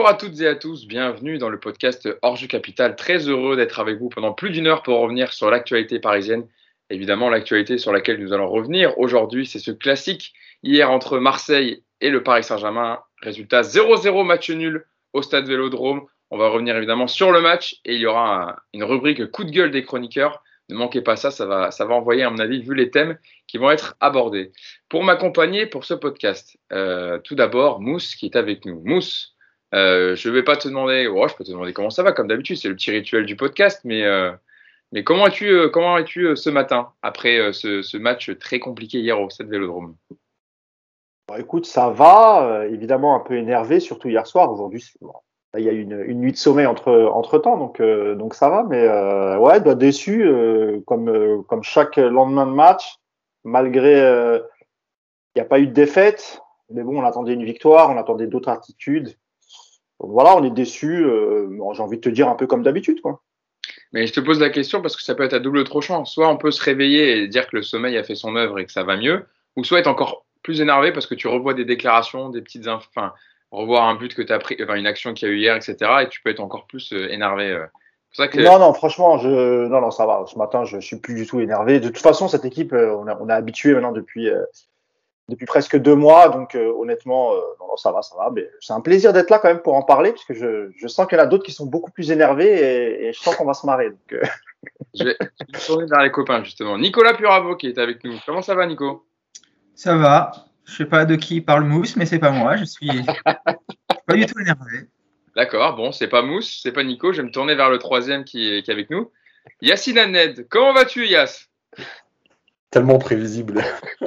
Bonjour à toutes et à tous, bienvenue dans le podcast Hors-Jeu Capital. Très heureux d'être avec vous pendant plus d'une heure pour revenir sur l'actualité parisienne. Évidemment, l'actualité sur laquelle nous allons revenir aujourd'hui, c'est ce classique hier entre Marseille et le Paris Saint-Germain. Résultat 0-0, match nul au Stade Vélodrome. On va revenir évidemment sur le match et il y aura une rubrique coup de gueule des chroniqueurs. Ne manquez pas ça, ça va envoyer à mon avis vu les thèmes qui vont être abordés. Pour m'accompagner pour ce podcast, tout d'abord Mousse qui est avec nous. Mousse, je ne vais pas te demander, je peux te demander comment ça va comme d'habitude, c'est le petit rituel du podcast, mais comment es-tu ce matin après ce match très compliqué hier au Stade Vélodrome? Bon, écoute, ça va, évidemment un peu énervé, surtout hier soir. Aujourd'hui, il y a eu une nuit de sommeil entre temps, donc ça va, mais déçu, comme chaque lendemain de match, malgré il n'y a pas eu de défaite, mais bon, on attendait une victoire, on attendait d'autres attitudes. Donc voilà, on est déçu. J'ai envie de te dire un peu comme d'habitude, quoi. Mais je te pose la question parce que ça peut être à double tranchant. Soit on peut se réveiller et dire que le sommeil a fait son œuvre et que ça va mieux, ou soit être encore plus énervé parce que tu revois des déclarations, des petites revoir un but que tu as pris, une action qu'il y a eu hier, etc. Et tu peux être encore plus énervé. C'est ça que... Non, franchement, non, ça va. Ce matin, je suis plus du tout énervé. De toute façon, cette équipe, on a habitué maintenant depuis presque 2 mois. Donc, honnêtement, non, ça va. Mais c'est un plaisir d'être là quand même pour en parler parce que je sens qu'il y en a d'autres qui sont beaucoup plus énervés et je sens qu'on va se marrer. Donc, Je vais me tourner vers les copains, justement. Nicolas Puravo qui est avec nous. Comment ça va, Nico? Ça va. Je sais pas de qui parle Mousse, mais c'est pas moi. Je suis pas du tout énervé. D'accord. Bon, c'est pas Mousse, c'est pas Nico. Je vais me tourner vers le troisième qui est avec nous. Yacine Anned. Comment vas-tu, Yass? Tellement prévisible.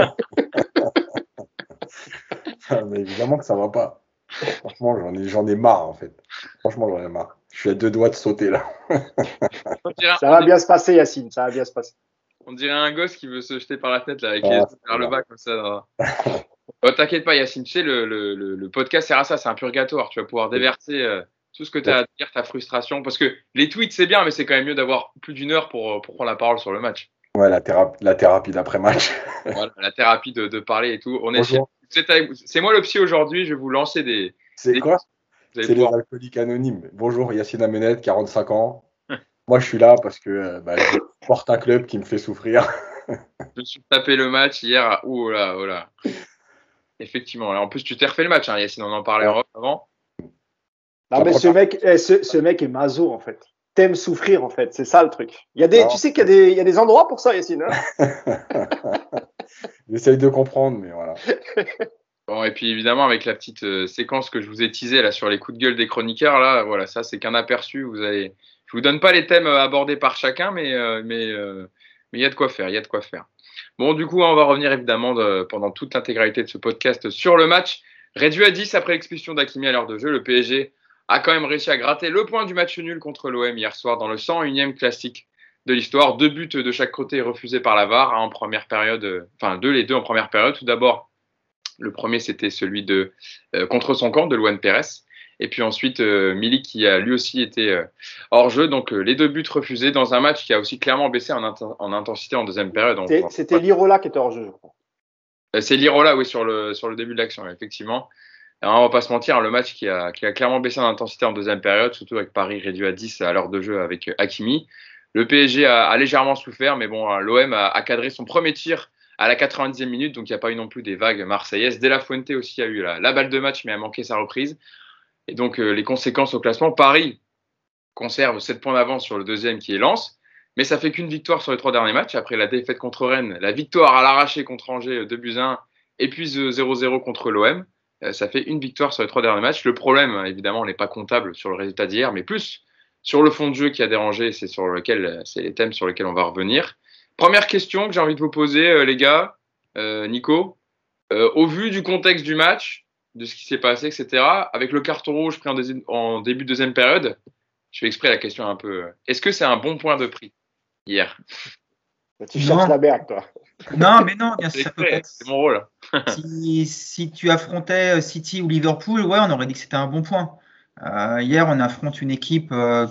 Mais évidemment que ça va pas. Franchement, j'en ai marre en fait. Franchement, j'en ai marre. Je suis à 2 doigts de sauter là. Ça va bien se passer, Yacine. Ça va bien se passer. On dirait un gosse qui veut se jeter par la fenêtre là, avec les yeux vers le bas comme ça. Oh, t'inquiète pas, Yacine. Tu sais, le podcast sert à ça. C'est un purgatoire. Tu vas pouvoir déverser tout ce que tu as à dire, ta frustration. Parce que les tweets, c'est bien, mais c'est quand même mieux d'avoir plus d'une heure pour prendre la parole sur le match. Ouais, la thérapie d'après-match. Voilà, la thérapie de parler et tout. C'est moi le psy aujourd'hui. Je vais vous lancer des. C'est quoi? C'est les alcooliques anonymes. Bonjour, Yacine Amenet, 45 ans. Moi, je suis là parce que je porte un club qui me fait souffrir. Je me suis tapé le match hier. Oh là. Effectivement. En plus, tu t'es refait le match, hein, Yacine. On en parlait en off avant. Non, mais ce mec est maso, en fait. T'aimes souffrir, en fait. C'est ça, le truc. Tu sais qu'il y a des endroits pour ça, Yacine. Hein. J'essaye de comprendre, mais voilà. Bon, et puis évidemment, avec la petite séquence que je vous ai teasée là sur les coups de gueule des chroniqueurs, là, voilà, ça, c'est qu'un aperçu. Je vous donne pas les thèmes abordés par chacun, mais il y a de quoi faire, Bon, du coup, on va revenir évidemment pendant toute l'intégralité de ce podcast sur le match. Réduit à 10 après l'expulsion d'Hakimi à l'heure de jeu, le PSG a quand même réussi à gratter le point du match nul contre l'OM hier soir dans le 101e classique de l'histoire. 2 buts de chaque côté refusés par la VAR en première période, les deux en première période. Tout d'abord, le premier, c'était celui de contre son camp de Luan Pérez. Et puis ensuite, Milik qui a lui aussi été hors jeu. Donc les 2 buts refusés dans un match qui a aussi clairement baissé en intensité en deuxième période. C'était Lirola qui était hors jeu, je crois. C'est Lirola, oui, sur le début de l'action, effectivement. Alors, on va pas se mentir, le match qui a clairement baissé en intensité en deuxième période, surtout avec Paris réduit à 10 à l'heure de jeu avec Hakimi. Le PSG a légèrement souffert, mais bon, l'OM a cadré son premier tir à la 90e minute, donc il n'y a pas eu non plus des vagues marseillaises. De La Fuente aussi a eu la balle de match, mais a manqué sa reprise. Et donc, les conséquences au classement, Paris conserve 7 points d'avance sur le deuxième qui est Lens, mais ça fait qu'une victoire sur les 3 derniers matchs. Après la défaite contre Rennes, la victoire à l'arraché contre Angers 2-1, et puis 0-0 contre l'OM. Ça fait une victoire sur les 3 derniers matchs. Le problème, évidemment, n'est pas comptable sur le résultat d'hier, mais plus sur le fond de jeu qui a dérangé. C'est les thèmes sur lesquels on va revenir. Première question que j'ai envie de vous poser, les gars, Nico. Au vu du contexte du match, de ce qui s'est passé, etc., avec le carton rouge pris en début de deuxième période, je fais exprès la question un peu. Est-ce que c'est un bon point de prix hier? Tu cherches la merde, toi. Non, mais non, bien sûr. C'est mon rôle. si tu affrontais City ou Liverpool, ouais, on aurait dit que c'était un bon point. Hier, on affronte une équipe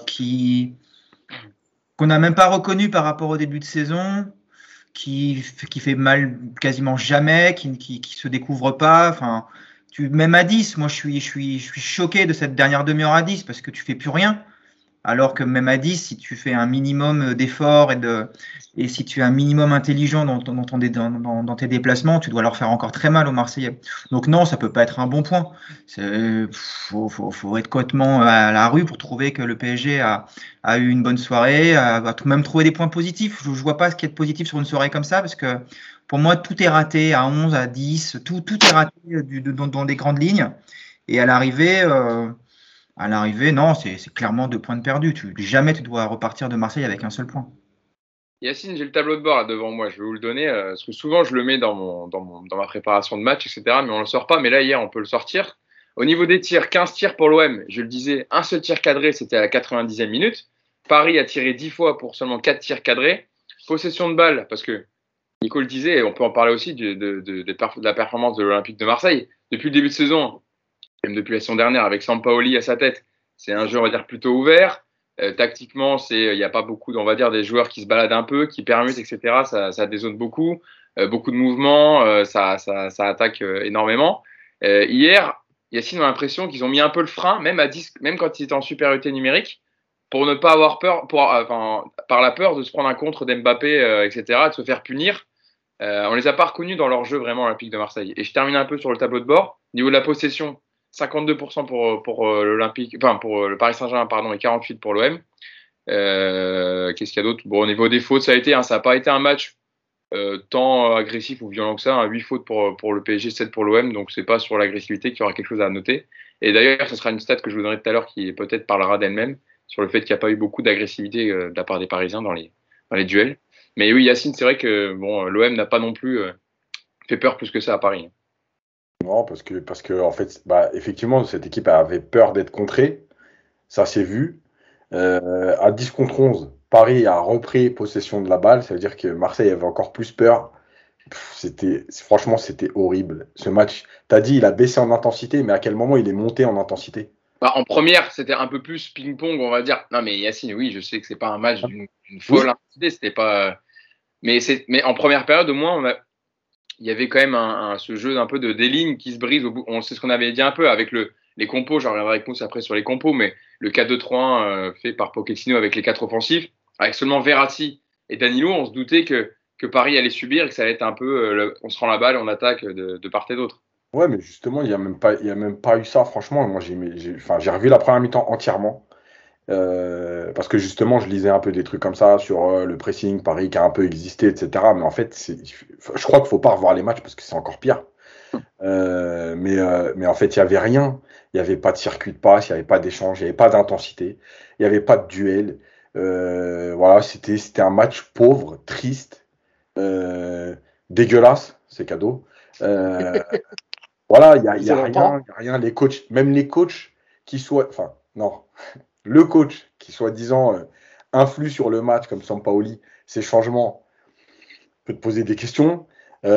qu'on n'a même pas reconnue par rapport au début de saison, qui fait mal quasiment jamais, qui se découvre pas. Enfin, même à 10, moi je suis choqué de cette dernière demi-heure à 10 parce que tu fais plus rien. Alors que même à 10, si tu fais un minimum d'efforts et si tu es un minimum intelligent dans tes déplacements, tu dois leur faire encore très mal aux Marseillais. Donc non, ça peut pas être un bon point. Faut être complètement à la rue pour trouver que le PSG a eu une bonne soirée, va même trouver des points positifs. Je vois pas ce qui est positif sur une soirée comme ça parce que pour moi, tout est raté à 11, à 10, tout est raté dans des grandes lignes. Et à l'arrivée, non, c'est clairement 2 points de perdu. Jamais tu dois repartir de Marseille avec un seul point. Yacine, j'ai le tableau de bord là devant moi, je vais vous le donner, parce que souvent je le mets dans ma préparation de match, etc., mais on ne le sort pas, mais là hier on peut le sortir. Au niveau des tirs, 15 tirs pour l'OM, je le disais, un seul tir cadré, c'était à la 90e minute. Paris a tiré 10 fois pour seulement 4 tirs cadrés. Possession de balle, parce que Nico le disait, et on peut en parler aussi de la performance de l'Olympique de Marseille. Depuis le début de saison, même depuis la saison dernière, avec Sampaoli à sa tête, c'est un jeu, on va dire, plutôt ouvert. Tactiquement, il n'y a pas beaucoup, on va dire, des joueurs qui se baladent un peu, qui permutent, etc. Ça dézone beaucoup, beaucoup de mouvements, ça attaque énormément. Hier, Yacine a l'impression qu'ils ont mis un peu le frein, même à 10, même quand ils étaient en supériorité numérique, pour ne pas avoir peur, par la peur de se prendre un contre d'Mbappé, etc., de se faire punir. On les a pas reconnus dans leur jeu vraiment Olympique de Marseille. Et je termine un peu sur le tableau de bord. Au niveau de la possession, 52% pour l'Olympique, enfin pour le Paris Saint-Germain, pardon, et 48% pour l'OM. Qu'est-ce qu'il y a d'autre? Bon, au niveau des fautes, ça n'a pas été un match tant agressif ou violent que ça. 8 fautes pour le PSG, 7 pour l'OM, donc c'est pas sur l'agressivité qu'il y aura quelque chose à noter. Et d'ailleurs, ce sera une stat que je vous donnerai tout à l'heure qui peut-être parlera d'elle-même sur le fait qu'il n'y a pas eu beaucoup d'agressivité de la part des Parisiens dans les duels. Mais oui, Yacine, c'est vrai que bon, l'OM n'a pas non plus fait peur plus que ça à Paris. Non, parce que en fait, effectivement, cette équipe avait peur d'être contrée. Ça s'est vu. À 10 contre 11, Paris a repris possession de la balle. Ça veut dire que Marseille avait encore plus peur. Franchement, c'était horrible. Ce match, t'as dit, il a baissé en intensité, mais à quel moment il est monté en intensité? En première, c'était un peu plus ping-pong, on va dire. Non, mais Yacine, oui, je sais que c'est pas un match d'une folle intensité. C'était pas. Mais en première période, au moins, il y avait quand même ce jeu un peu des lignes qui se brisent au bout. On sait ce qu'on avait dit un peu avec les compos. J'en reviendrai avec nous après sur les compos, mais le 4-2-3-1 fait par Pochettino avec les 4 offensifs, avec seulement Verratti et Danilo, on se doutait que Paris allait subir et que ça allait être un peu on se rend la balle, on attaque de part et d'autre. Ouais, mais justement, il y a même pas eu ça. Franchement, moi, j'ai revu la première mi-temps entièrement. Parce que justement, je lisais un peu des trucs comme ça sur le pressing, Paris qui a un peu existé, etc. Mais en fait, je crois qu'il ne faut pas revoir les matchs parce que c'est encore pire. Mais en fait, il n'y avait rien. Il n'y avait pas de circuit de passe, il n'y avait pas d'échange, il n'y avait pas d'intensité, il n'y avait pas de duel. Voilà, c'était un match pauvre, triste, dégueulasse, c'est cadeau. Voilà, il n'y a rien. Les coachs, même les coachs qui soient. Enfin, non. Le coach qui, soi-disant, influe sur le match comme Sampaoli, ces changements, peut te poser des questions.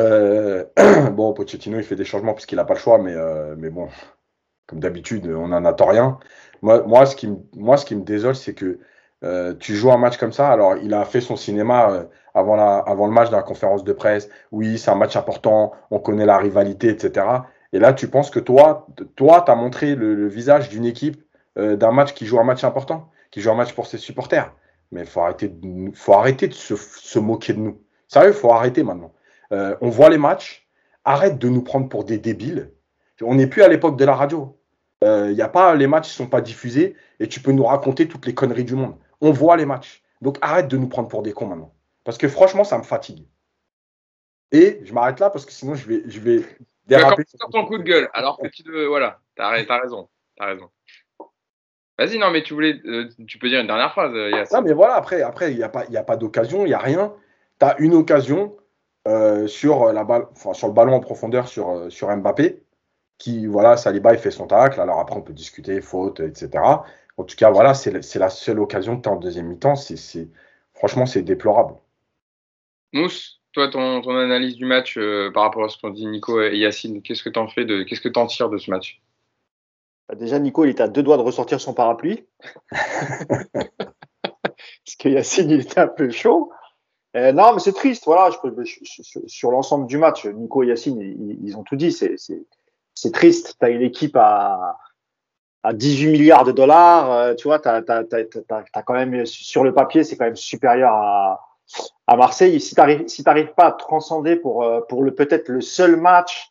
Bon, Pochettino, il fait des changements parce qu'il n'a pas le choix, mais bon, comme d'habitude, on n'en attend rien. Moi, ce qui me désole, c'est que tu joues un match comme ça. Alors, il a fait son cinéma avant le match dans la conférence de presse. Oui, c'est un match important, on connaît la rivalité, etc. Et là, tu penses que toi, tu as montré le visage d'une équipe d'un match qui joue un match important, qui joue un match pour ses supporters. Mais il faut arrêter de se moquer de nous. Sérieux, il faut arrêter maintenant. On voit les matchs, arrête de nous prendre pour des débiles. On n'est plus à l'époque de la radio. Les matchs ne sont pas diffusés et tu peux nous raconter toutes les conneries du monde. On voit les matchs. Donc arrête de nous prendre pour des cons maintenant. Parce que franchement, ça me fatigue. Et je m'arrête là parce que sinon je vais déraper. Tu sur ton coup de gueule, alors que voilà, t'as raison. Vas-y, non, mais tu peux dire une dernière phrase, Yass. Non, mais voilà, après, il n'y a pas d'occasion, il n'y a rien. Tu as une occasion sur la balle, sur le ballon en profondeur sur Mbappé, qui, voilà, Saliba, il fait son tacle. Alors après, on peut discuter, faute, etc. En tout cas, voilà, c'est la seule occasion que tu as en deuxième mi-temps. Franchement, c'est déplorable. Mousse, toi, ton analyse du match par rapport à ce qu'ont dit Nico et Yacine, qu'est-ce que tu en tires de ce match? Déjà, Nico, il était à 2 doigts de ressortir son parapluie. Parce que Yacine, il était un peu chaud. Non, mais c'est triste. Voilà, sur l'ensemble du match, Nico et Yacine, ils ont tout dit. C'est c'est triste. Tu as une équipe à 18 milliards de dollars, tu vois, t'as quand même, sur le papier, c'est quand même supérieur à Marseille. Si t'arrives pas à transcender pour peut-être le seul match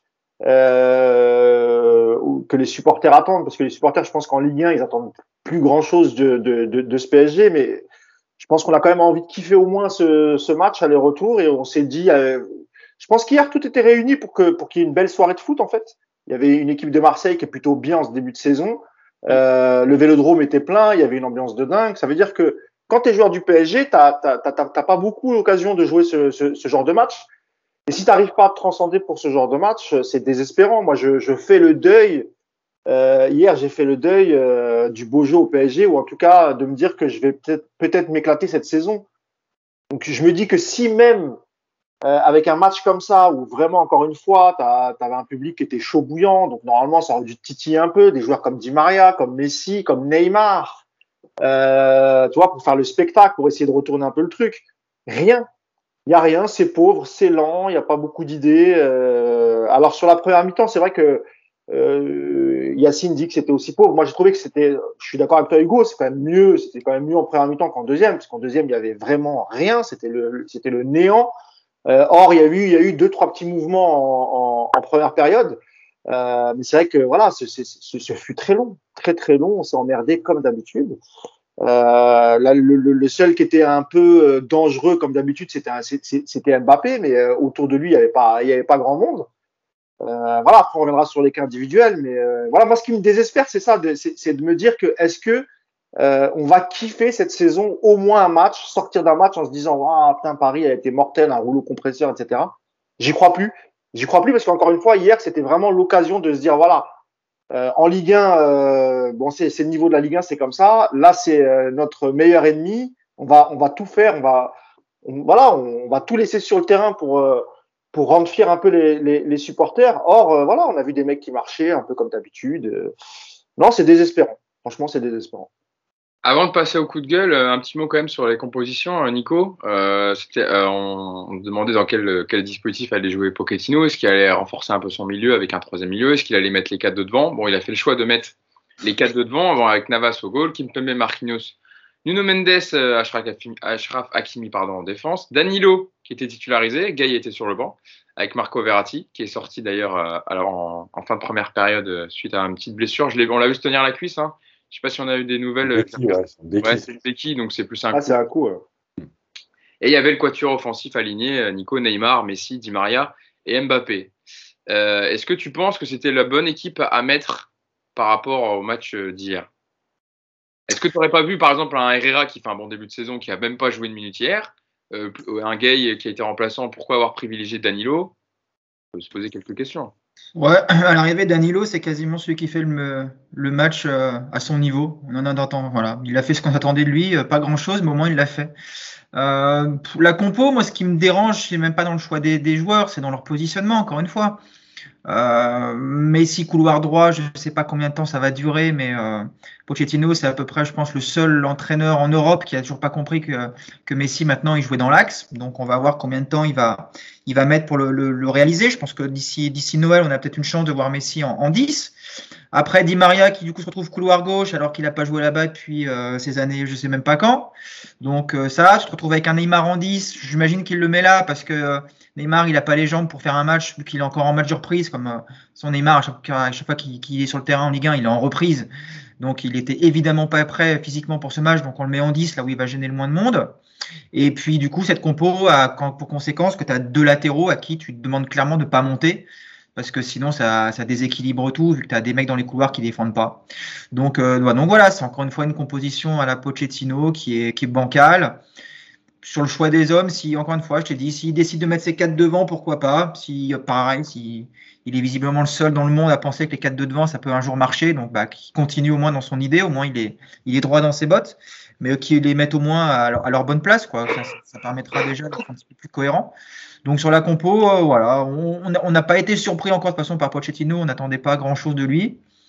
que les supporters attendent, parce que les supporters, je pense qu'en Ligue 1, ils attendent plus grand chose de ce PSG, mais je pense qu'on a quand même envie de kiffer au moins ce match aller-retour, et on s'est dit, je pense qu'hier tout était réuni pour qu'il y ait une belle soirée de foot en fait. Il y avait une équipe de Marseille qui est plutôt bien en ce début de saison. Le Vélodrome était plein, il y avait une ambiance de dingue. Ça veut dire que quand tu es joueur du PSG, t'as pas beaucoup l'occasion de jouer ce genre de match. Et si tu n'arrives pas à te transcender pour ce genre de match, c'est désespérant. Moi, je fais le deuil. Hier, j'ai fait le deuil du beau jeu au PSG, ou en tout cas de me dire que je vais peut-être m'éclater cette saison. Donc, je me dis que si même avec un match comme ça, où vraiment, encore une fois, t'avais un public qui était chaud bouillant, donc normalement, ça aurait dû titiller un peu, des joueurs comme Di Maria, comme Messi, comme Neymar, tu vois, pour faire le spectacle, pour essayer de retourner un peu le truc. Rien. Il n'y a rien, c'est pauvre, c'est lent, il n'y a pas beaucoup d'idées. Alors, sur la première mi-temps, c'est vrai que Yacine dit que c'était aussi pauvre. Moi, j'ai trouvé que je suis d'accord avec toi, Hugo, c'était quand même mieux en première mi-temps qu'en deuxième, parce qu'en deuxième, il y avait vraiment rien, c'était le néant. Or, il y a eu 2-3 petits mouvements en première période, mais c'est vrai que voilà, ce fut très long, très très long. On s'est emmerdé comme d'habitude. Là, le seul qui était un peu dangereux comme d'habitude, c'était Mbappé, mais autour de lui, il y avait pas grand monde. Voilà, après on reviendra sur les cas individuels, mais voilà, moi ce qui me désespère, c'est ça, c'est de me dire que est-ce que on va kiffer cette saison au moins un match, sortir d'un match en se disant ah putain Paris a été mortel, un rouleau compresseur, etc. J'y crois plus parce qu'encore une fois hier c'était vraiment l'occasion de se dire voilà, en Ligue 1 bon c'est le niveau de la Ligue 1, c'est comme ça, là c'est notre meilleur ennemi, on va tout faire, on va tout laisser sur le terrain pour rendre fiers un peu les supporters. Or voilà, on a vu des mecs qui marchaient un peu comme d'habitude. Non, c'est désespérant, franchement c'est désespérant. Avant de passer au coup de gueule, un petit mot quand même sur les compositions, Nico. On demandait dans quel dispositif allait jouer Pochettino. Est-ce qu'il allait renforcer un peu son milieu avec un troisième milieu? Est-ce qu'il allait mettre les 4 de devant? Bon, il a fait le choix de mettre les 4 de devant, avant avec Navas au goal, Kimpembe, Marquinhos, Nuno Mendes, Achraf Hakimi en défense, Danilo qui était titularisé, Gay était sur le banc, avec Marco Verratti qui est sorti d'ailleurs en fin de première période suite à une petite blessure. On l'a vu se tenir la cuisse, hein. Je sais pas si on a eu des nouvelles. C'est une béquille, donc c'est plus un coup. C'est un coup. Et il y avait le quatuor offensif aligné, Nico, Neymar, Messi, Di Maria et Mbappé. Est-ce que tu penses que c'était la bonne équipe à mettre par rapport au match d'hier? Est-ce que tu n'aurais pas vu, par exemple, un Herrera qui fait un bon début de saison, qui n'a même pas joué une minute hier, un Gay qui a été remplaçant, pourquoi avoir privilégié Danilo? On peut se poser quelques questions. Ouais, à l'arrivée, Danilo, c'est quasiment celui qui fait le match à son niveau. On en a voilà. Il a fait ce qu'on attendait de lui, pas grand-chose, mais au moins il l'a fait. La compo, moi, ce qui me dérange, c'est même pas dans le choix des joueurs, c'est dans leur positionnement, encore une fois. Messi couloir droit, je ne sais pas combien de temps ça va durer, mais Pochettino, c'est à peu près, je pense, le seul entraîneur en Europe qui a toujours pas compris que Messi maintenant il jouait dans l'axe. Donc on va voir combien de temps il va mettre pour le réaliser. Je pense que d'ici Noël, on a peut-être une chance de voir Messi en 10. Après Di Maria qui du coup se retrouve couloir gauche alors qu'il n'a pas joué là-bas depuis ces années, je sais même pas quand. Donc ça, tu te retrouves avec un Neymar en 10. J'imagine qu'il le met là parce que Neymar, il n'a pas les jambes pour faire un match vu qu'il est encore en match de reprise, comme son Neymar, à chaque fois qu'il est sur le terrain en Ligue 1, il est en reprise. Donc, il était évidemment pas prêt physiquement pour ce match, donc on le met en 10, là où il va gêner le moins de monde. Et puis, du coup, cette compo a pour conséquence que tu as 2 latéraux à qui tu te demandes clairement de ne pas monter, parce que sinon, ça déséquilibre tout, vu que tu as des mecs dans les couloirs qui ne défendent pas. Donc voilà, c'est encore une fois une composition à la Pochettino qui est bancale. Sur le choix des hommes, si encore une fois, je t'ai dit, s'il décide de mettre ses 4 devant, pourquoi pas. Si pareil, si il est visiblement le seul dans le monde à penser que les 4 de devant, ça peut un jour marcher, donc qu'il continue au moins dans son idée, au moins il est droit dans ses bottes, mais qu'il les mette au moins à leur bonne place, quoi. Ça permettra déjà d'être un petit peu plus cohérent. Donc sur la compo, voilà, on n'a pas été surpris encore de toute façon par Pochettino, on n'attendait pas grand-chose de lui.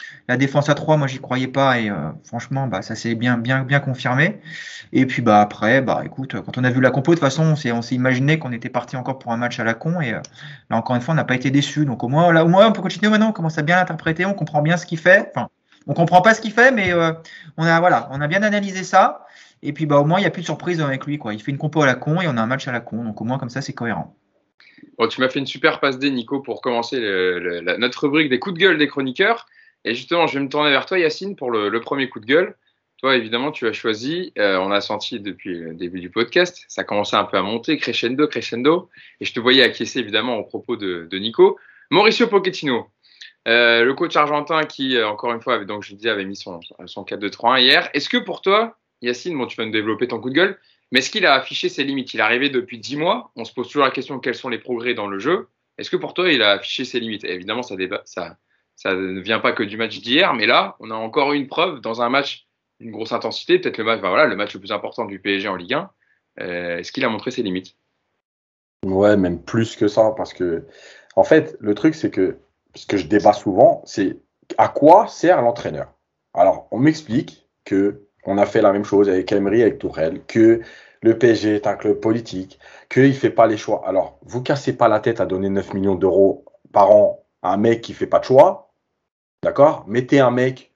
La défense à 3, moi, j'y croyais pas et franchement, bah, ça s'est bien confirmé. Et puis bah après, bah écoute, quand on a vu la compo, de toute façon, on s'est imaginé qu'on était parti encore pour un match à la con et là encore une fois, on n'a pas été déçus. Donc au moins, on peut continuer maintenant. On commence à bien l'interpréter, on comprend bien ce qu'il fait. Enfin, on comprend pas ce qu'il fait, mais on a bien analysé ça. Et puis bah au moins, il n'y a plus de surprise avec lui, quoi. Il fait une compo à la con et on a un match à la con. Donc au moins comme ça, c'est cohérent. Bon, tu m'as fait une super passe D, Nico, pour commencer notre rubrique des coups de gueule des chroniqueurs. Et justement, je vais me tourner vers toi, Yacine, pour le premier coup de gueule. Toi, évidemment, tu as choisi, on a senti depuis le début du podcast, ça commençait un peu à monter, crescendo. Et je te voyais acquiescer, évidemment, aux propos de Nico. Mauricio Pochettino, le coach argentin qui, encore une fois, donc je le disais, avait mis son 4-2-3-1 hier. Est-ce que pour toi, Yacine, bon, tu vas nous développer ton coup de gueule, mais est-ce qu'il a affiché ses limites? Il est arrivé depuis 10 mois. On se pose toujours la question quels sont les progrès dans le jeu. Est-ce que pour toi, il a affiché ses limites? Et évidemment, ça ne vient pas que du match d'hier, mais là, on a encore une preuve dans un match d'une grosse intensité, peut-être le match le plus important du PSG en Ligue 1. Est-ce qu'il a montré ses limites? Ouais, même plus que ça, parce que, en fait, le truc, c'est que, ce que je débat souvent, c'est à quoi sert l'entraîneur? Alors, on m'explique que on a fait la même chose avec Emery, avec Tourelle, que le PSG est un club politique, qu'il ne fait pas les choix. Alors, vous cassez pas la tête à donner 9 millions d'euros par an à un mec qui ne fait pas de choix, d'accord? Mettez un mec,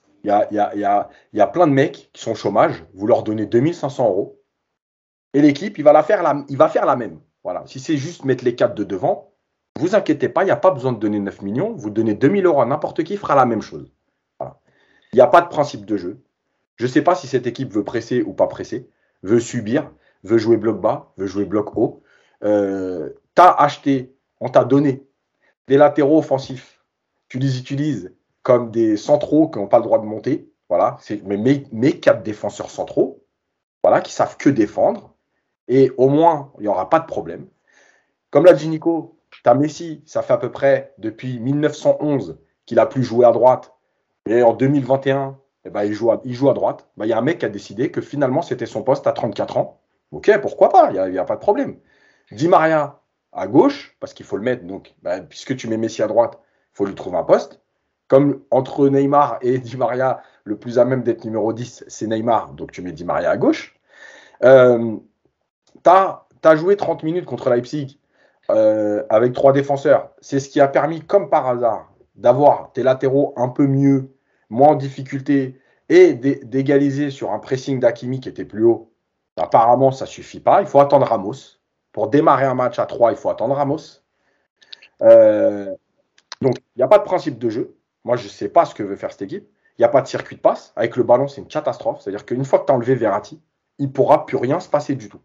il y a plein de mecs qui sont au chômage, vous leur donnez 2500 euros, et l'équipe, il va faire la même. Voilà. Si c'est juste mettre les 4 de devant, vous inquiétez pas, il n'y a pas besoin de donner 9 millions, vous donnez 2000 euros à n'importe qui, fera la même chose. Voilà. Il n'y a pas de principe de jeu. Je ne sais pas si cette équipe veut presser ou pas presser, veut subir, veut jouer bloc bas, veut jouer bloc haut. T'as acheté, on t'a donné des latéraux offensifs. Tu les utilises comme des centraux qui n'ont pas le droit de monter. Voilà, mes 4 défenseurs centraux, voilà, qui savent que défendre. Et au moins, il n'y aura pas de problème. Comme l'a dit Nico, tu as Messi, ça fait à peu près depuis 1911 qu'il n'a plus joué à droite. Et en 2021, eh ben, il joue à droite. Ben, il y a un mec qui a décidé que finalement, c'était son poste à 34 ans. Ok, pourquoi pas, il n'y a pas de problème. Di Maria à gauche, parce qu'il faut le mettre. Donc, ben, puisque tu mets Messi à droite, il faut lui trouver un poste. Comme entre Neymar et Di Maria, le plus à même d'être numéro 10, c'est Neymar. Donc, tu mets Di Maria à gauche. T'as joué 30 minutes contre Leipzig avec 3 défenseurs. C'est ce qui a permis, comme par hasard, d'avoir tes latéraux un peu mieux, moins en difficulté et d'égaliser sur un pressing d'Hakimi qui était plus haut. Apparemment, ça ne suffit pas. Il faut attendre Ramos. Pour démarrer un match à 3, il faut attendre Ramos. Donc, il n'y a pas de principe de jeu. Moi, je ne sais pas ce que veut faire cette équipe. Il n'y a pas de circuit de passe. Avec le ballon, c'est une catastrophe. C'est-à-dire qu'une fois que tu as enlevé Verratti, il ne pourra plus rien se passer du tout.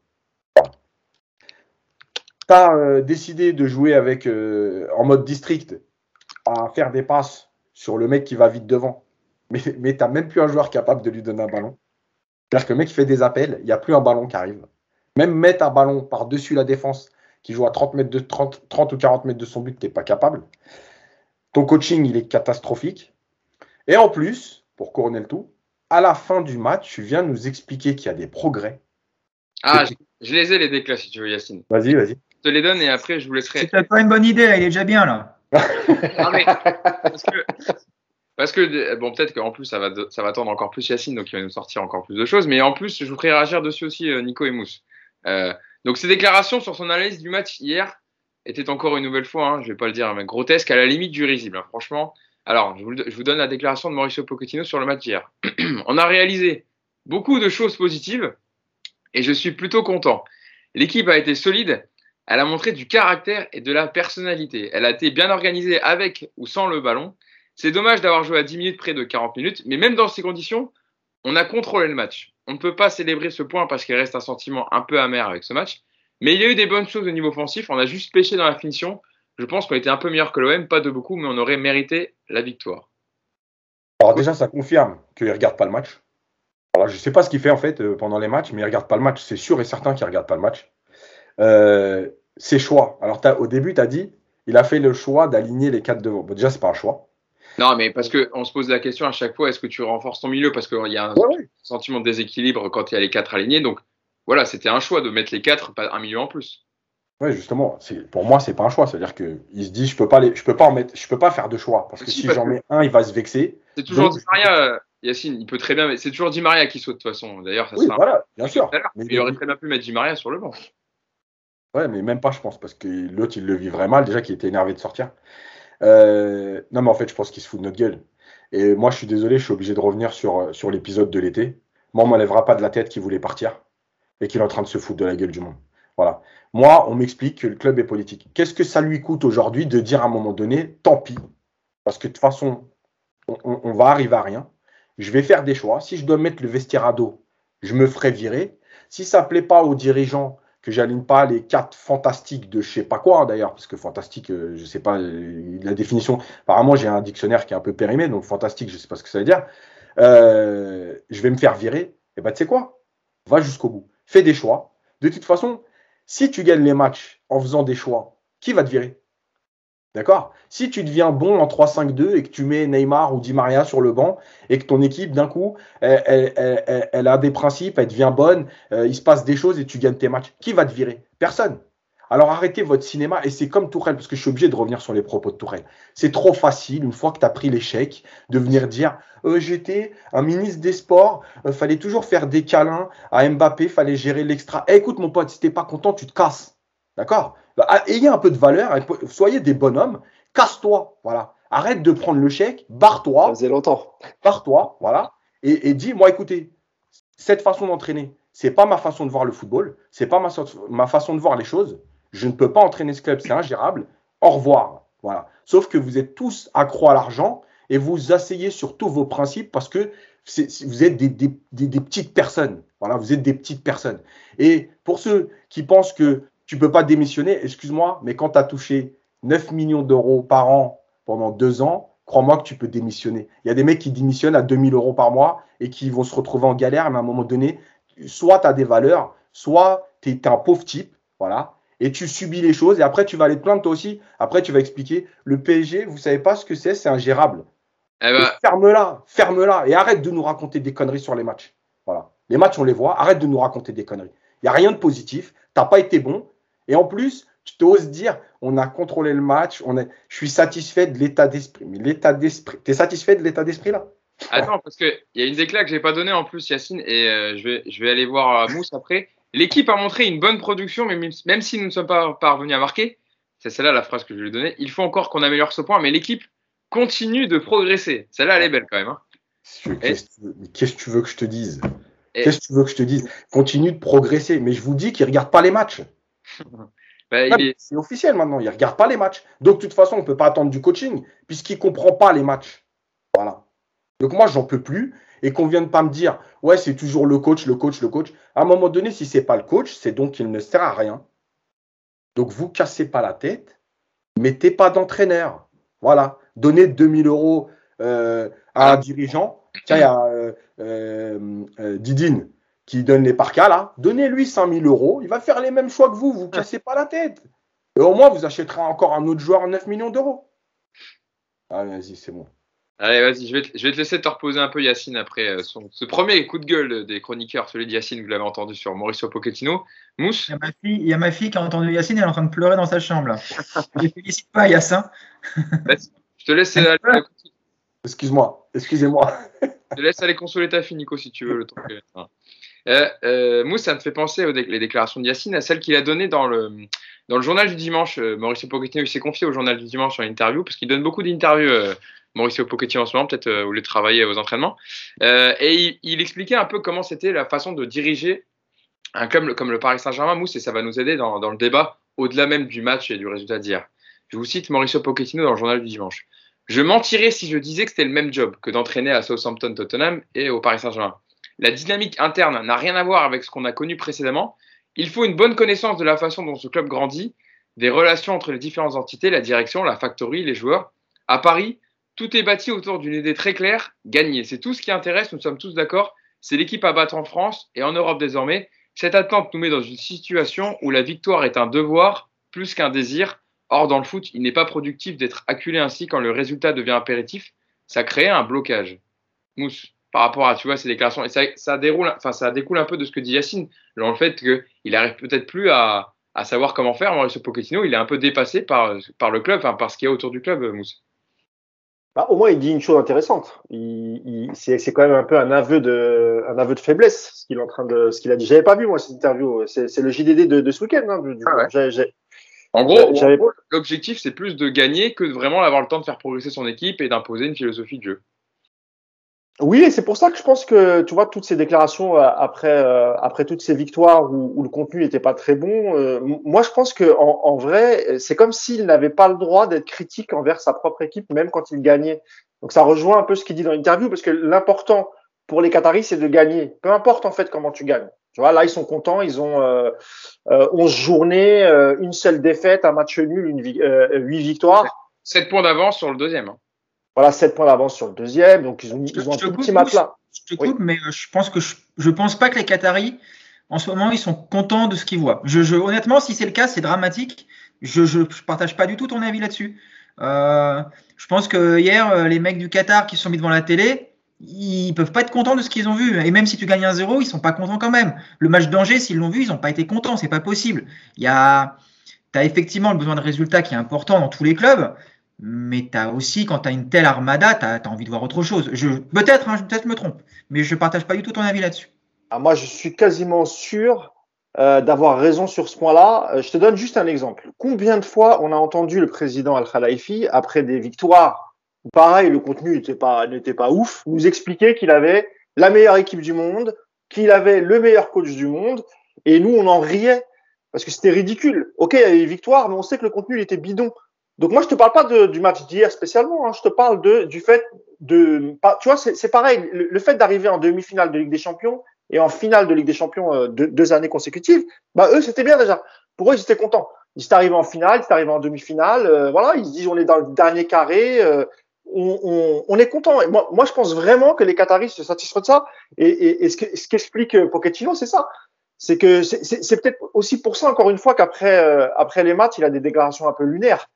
Tu as décidé de jouer avec en mode district à faire des passes sur le mec qui va vite devant. Mais tu n'as même plus un joueur capable de lui donner un ballon. C'est-à-dire que le mec qui fait des appels, il n'y a plus un ballon qui arrive. Même mettre un ballon par-dessus la défense qui joue à 30 ou 40 mètres de son but, tu n'es pas capable. Ton coaching, il est catastrophique. Et en plus, pour couronner le tout, à la fin du match, tu viens nous expliquer qu'il y a des progrès. Ah, je les ai, les déclats, si tu veux, Yacine. Vas-y. Je te les donne et après, je vous laisserai. C'est peut-être pas une bonne idée, là, il est déjà bien, là. Non, mais, parce que bon, peut-être qu'en plus, ça va tendre encore plus Yacine, donc il va nous sortir encore plus de choses. Mais en plus, je vous ferai réagir dessus aussi, Nico et Mousse. Donc, ces déclarations sur son analyse du match hier étaient encore une nouvelle fois, je ne vais pas le dire, mais grotesque, à la limite du risible, franchement. Alors, je vous donne la déclaration de Mauricio Pochettino sur le match d'hier. On a réalisé beaucoup de choses positives et je suis plutôt content. L'équipe a été solide, elle a montré du caractère et de la personnalité. Elle a été bien organisée avec ou sans le ballon. C'est dommage d'avoir joué à 10 minutes près de 40 minutes, mais même dans ces conditions, on a contrôlé le match. On ne peut pas célébrer ce point parce qu'il reste un sentiment un peu amer avec ce match, mais il y a eu des bonnes choses au niveau offensif, on a juste pêché dans la finition. Je pense qu'on était un peu meilleur que l'OM, pas de beaucoup, mais on aurait mérité la victoire. Alors déjà, ça confirme qu'il ne regarde pas le match. Alors, je ne sais pas ce qu'il fait en fait pendant les matchs, mais il ne regarde pas le match. C'est sûr et certain qu'il ne regarde pas le match. Ses choix. Alors, au début, tu as dit, il a fait le choix d'aligner les 4 devant. Bon, déjà, ce n'est pas un choix. Non, mais parce qu'on se pose la question à chaque fois, est-ce que tu renforces ton milieu? Parce qu'il y a un sentiment de déséquilibre quand il y a les 4 alignés. Donc, voilà, c'était un choix de mettre les 4, pas un milieu en plus. Ouais, justement, pour moi, c'est pas un choix. C'est-à-dire qu'il se dit, je peux pas faire de choix. Parce que Si, si parce j'en que mets un, il va se vexer. c'est toujours Donc, Di Maria, Yacine, il peut très bien, c'est toujours Di Maria qui saute de toute façon. D'ailleurs, ça oui, sera un voilà, bien peu tout sûr. à l'heure. Mais Il aurait très bien pu mettre Di Maria sur le banc. ouais, mais même pas, je pense, parce que l'autre, il le vivrait mal, déjà, qu'il était énervé de sortir. Non, mais en fait, je pense qu'il se fout de notre gueule. Et moi, je suis désolé, je suis obligé de revenir sur l'épisode de l'été. Moi, on m'enlèvera pas de la tête qu'il voulait partir et qu'il est en train de se foutre de la gueule du monde. Voilà. Moi, on m'explique que le club est politique. Qu'est-ce que ça lui coûte aujourd'hui de dire à un moment donné, tant pis, parce que de toute façon, on va arriver à rien. Je vais faire des choix. Si je dois mettre le vestiaire à dos, je me ferai virer. Si ça ne plaît pas aux dirigeants, que j'aligne pas les 4 fantastiques de je sais pas quoi, d'ailleurs, parce que fantastique, je sais pas la définition. Apparemment, j'ai un dictionnaire qui est un peu périmé, donc fantastique, je sais pas ce que ça veut dire. Je vais me faire virer. Et ben, tu sais quoi? Va jusqu'au bout. Fais des choix. De toute façon, si tu gagnes les matchs en faisant des choix, qui va te virer? D'accord? Si tu deviens bon en 3-5-2 et que tu mets Neymar ou Di Maria sur le banc et que ton équipe, d'un coup, elle a des principes, elle devient bonne, il se passe des choses et tu gagnes tes matchs, qui va te virer? Personne. Alors arrêtez votre cinéma et c'est comme Tourelle, parce que je suis obligé de revenir sur les propos de Tourelle. C'est trop facile, une fois que tu as pris l'échec, de venir dire j'étais un ministre des Sports, fallait toujours faire des câlins à Mbappé, fallait gérer l'extra. Écoute mon pote, si t'es pas content, tu te casses. D'accord? Ayez un peu de valeur, soyez des bonhommes, casse-toi, voilà. Arrête de prendre le chèque, Ça barre-toi, faisait longtemps. barre-toi, voilà, et dis, moi, écoutez, cette façon d'entraîner, c'est pas ma façon de voir le football, c'est pas ma façon de voir les choses. Je ne peux pas entraîner ce club, c'est ingérable. Au revoir, voilà. Sauf que vous êtes tous accros à l'argent et vous asseyez sur tous vos principes parce que vous êtes des petites personnes. Voilà, vous êtes des petites personnes. Et pour ceux qui pensent que tu ne peux pas démissionner, excuse-moi, mais quand tu as touché 9 millions d'euros par an pendant 2 ans, crois-moi que tu peux démissionner. Il y a des mecs qui démissionnent à 2000 euros par mois et qui vont se retrouver en galère, mais à un moment donné, soit tu as des valeurs, soit tu es un pauvre type, voilà, et tu subis les choses, et après tu vas aller te plaindre toi aussi, après tu vas expliquer, le PSG, vous savez pas ce que c'est ingérable. Eh ben, Ferme-la, et arrête de nous raconter des conneries sur les matchs. Voilà. Les matchs, on les voit, arrête de nous raconter des conneries. Il n'y a rien de positif, tu n'as pas été bon, et en plus, tu t'oses dire, on a contrôlé le match, je suis satisfait de l'état d'esprit. Mais l'état d'esprit, tu es satisfait de l'état d'esprit là? attends, parce qu'il y a une déclat que j'ai pas donnée en plus, Yacine, et je vais aller voir Mousse après. L'équipe a montré une bonne production, mais même si nous ne sommes pas parvenus à marquer, c'est celle-là la phrase que je lui ai donnée, il faut encore qu'on améliore ce point, mais l'équipe continue de progresser. Celle-là, elle est belle quand même. Hein. Qu'est-ce que tu veux que je te dise? Et, Qu'est-ce que tu veux que je te dise? Continue de progresser, mais je vous dis qu'il ne regarde pas les matchs. bah, C'est officiel maintenant, il ne regarde pas les matchs. Donc, de toute façon, on ne peut pas attendre du coaching, puisqu'il ne comprend pas les matchs. Voilà. Donc, moi, j'en peux plus. Et qu'on vienne pas me dire, ouais, c'est toujours le coach, le coach, le coach. À un moment donné, si ce n'est pas le coach, c'est donc qu'il ne sert à rien. Donc, vous cassez pas la tête, mettez pas d'entraîneur. Voilà. Donnez 2000 euros à un dirigeant. Tiens, il y a Didine qui donne les parkas là. Donnez-lui 5000 euros. Il va faire les mêmes choix que vous. Vous cassez pas la tête. Et au moins, vous achèterez encore un autre joueur à 9 millions d'euros. Ah, vas-y, c'est bon. Allez, vas-y, je vais te laisser te reposer un peu, Yacine, après ce premier coup de gueule des chroniqueurs, celui de Yacine, vous l'avez entendu sur Mauricio Pochettino. Mousse? Il y a ma fille qui a entendu Yacine, elle est en train de pleurer dans sa chambre. Là. Je ne félicite pas, Yacine. Je te laisse Excuse-moi. Je te laisse aller consoler ta fille, Nico, si tu veux, le temps que. Mousse, ça me fait penser les déclarations de Yacine à celles qu'il a données dans le journal du dimanche. Mauricio Pochettino, il s'est confié au journal du dimanche en interview, parce qu'il donne beaucoup d'interviews, Mauricio Pochettino en ce moment, peut-être au lieu de travailler aux entraînements. Et il expliquait un peu comment c'était la façon de diriger un club comme le Paris Saint-Germain, Mousse, et ça va nous aider dans le débat, au-delà même du match et du résultat d'hier. Je vous cite Mauricio Pochettino dans le journal du dimanche. Je mentirais si je disais que c'était le même job que d'entraîner à Southampton, Tottenham et au Paris Saint-Germain. La dynamique interne n'a rien à voir avec ce qu'on a connu précédemment. Il faut une bonne connaissance de la façon dont ce club grandit, des relations entre les différentes entités, la direction, la factory, les joueurs. À Paris, tout est bâti autour d'une idée très claire, gagner. C'est tout ce qui intéresse, nous sommes tous d'accord. C'est l'équipe à battre en France et en Europe désormais. Cette attente nous met dans une situation où la victoire est un devoir plus qu'un désir. Or, dans le foot, il n'est pas productif d'être acculé ainsi quand le résultat devient impératif. Ça crée un blocage. Mousse, par rapport à ces déclarations. Et ça découle un peu de ce que dit Yacine, dans le fait qu'il n'arrive peut-être plus à à savoir comment faire. Mauricio Pochettino, il est un peu dépassé par le club, enfin, par ce qu'il y a autour du club, Mousse. Bah, au moins, il dit une chose intéressante. C'est quand même un peu un aveu de faiblesse, ce qu'il a dit. J'avais pas vu, moi, cette interview. C'est le JDD de ce week-end, hein, du coup. Ouais. En gros, l'objectif, c'est plus de gagner que de vraiment avoir le temps de faire progresser son équipe et d'imposer une philosophie de jeu. Oui, et c'est pour ça que je pense que, tu vois, toutes ces déclarations après toutes ces victoires où le contenu n'était pas très bon, moi, je pense que en vrai, c'est comme s'il n'avait pas le droit d'être critique envers sa propre équipe, même quand il gagnait. Donc, ça rejoint un peu ce qu'il dit dans l'interview, parce que l'important pour les Qataris, c'est de gagner. Peu importe, en fait, comment tu gagnes. Tu vois, là, ils sont contents, ils ont 11 journées, une seule défaite, un match nul, 8 victoires. 7 points d'avance sur le deuxième. Hein. Voilà, 7 points d'avance sur le deuxième, donc ils ont un tout petit matelas. Je te coupe, mais je pense pas que les Qataris, en ce moment, ils sont contents de ce qu'ils voient. Honnêtement, si c'est le cas, c'est dramatique. Je partage pas du tout ton avis là-dessus. Je pense que hier, les mecs du Qatar qui se sont mis devant la télé, ils peuvent pas être contents de ce qu'ils ont vu. Et même si tu gagnes 1-0, ils sont pas contents quand même. Le match d'Angers, s'ils l'ont vu, ils ont pas été contents. C'est pas possible. T'as effectivement le besoin de résultats qui est important dans tous les clubs. Mais tu as aussi, quand tu as une telle armada, tu as envie de voir autre chose. Peut-être je me trompe, mais je ne partage pas du tout ton avis là-dessus. Moi, je suis quasiment sûr d'avoir raison sur ce point-là. Je te donne juste un exemple. Combien de fois on a entendu le président Al-Khalifi, après des victoires, où pareil, le contenu n'était pas ouf, nous expliquer qu'il avait la meilleure équipe du monde, qu'il avait le meilleur coach du monde, et nous, on en riait, parce que c'était ridicule. Ok, il y a eu des victoires, mais on sait que le contenu, il était bidon. Donc moi je te parle pas du match d'hier spécialement, hein. Je te parle du fait tu vois, c'est pareil, le fait d'arriver en demi-finale de Ligue des Champions et en finale de Ligue des Champions 2 années consécutives, bah eux c'était bien déjà. Pour eux ils étaient contents. Ils étaient arrivés en finale, ils étaient arrivés en demi-finale, voilà, ils se disent on est dans le dernier carré, on est content. Et moi je pense vraiment que les Qataris se satisfont de ça. Et ce qu'explique Pochettino, c'est ça. C'est que c'est peut-être aussi pour ça encore une fois qu'après les matchs il a des déclarations un peu lunaires.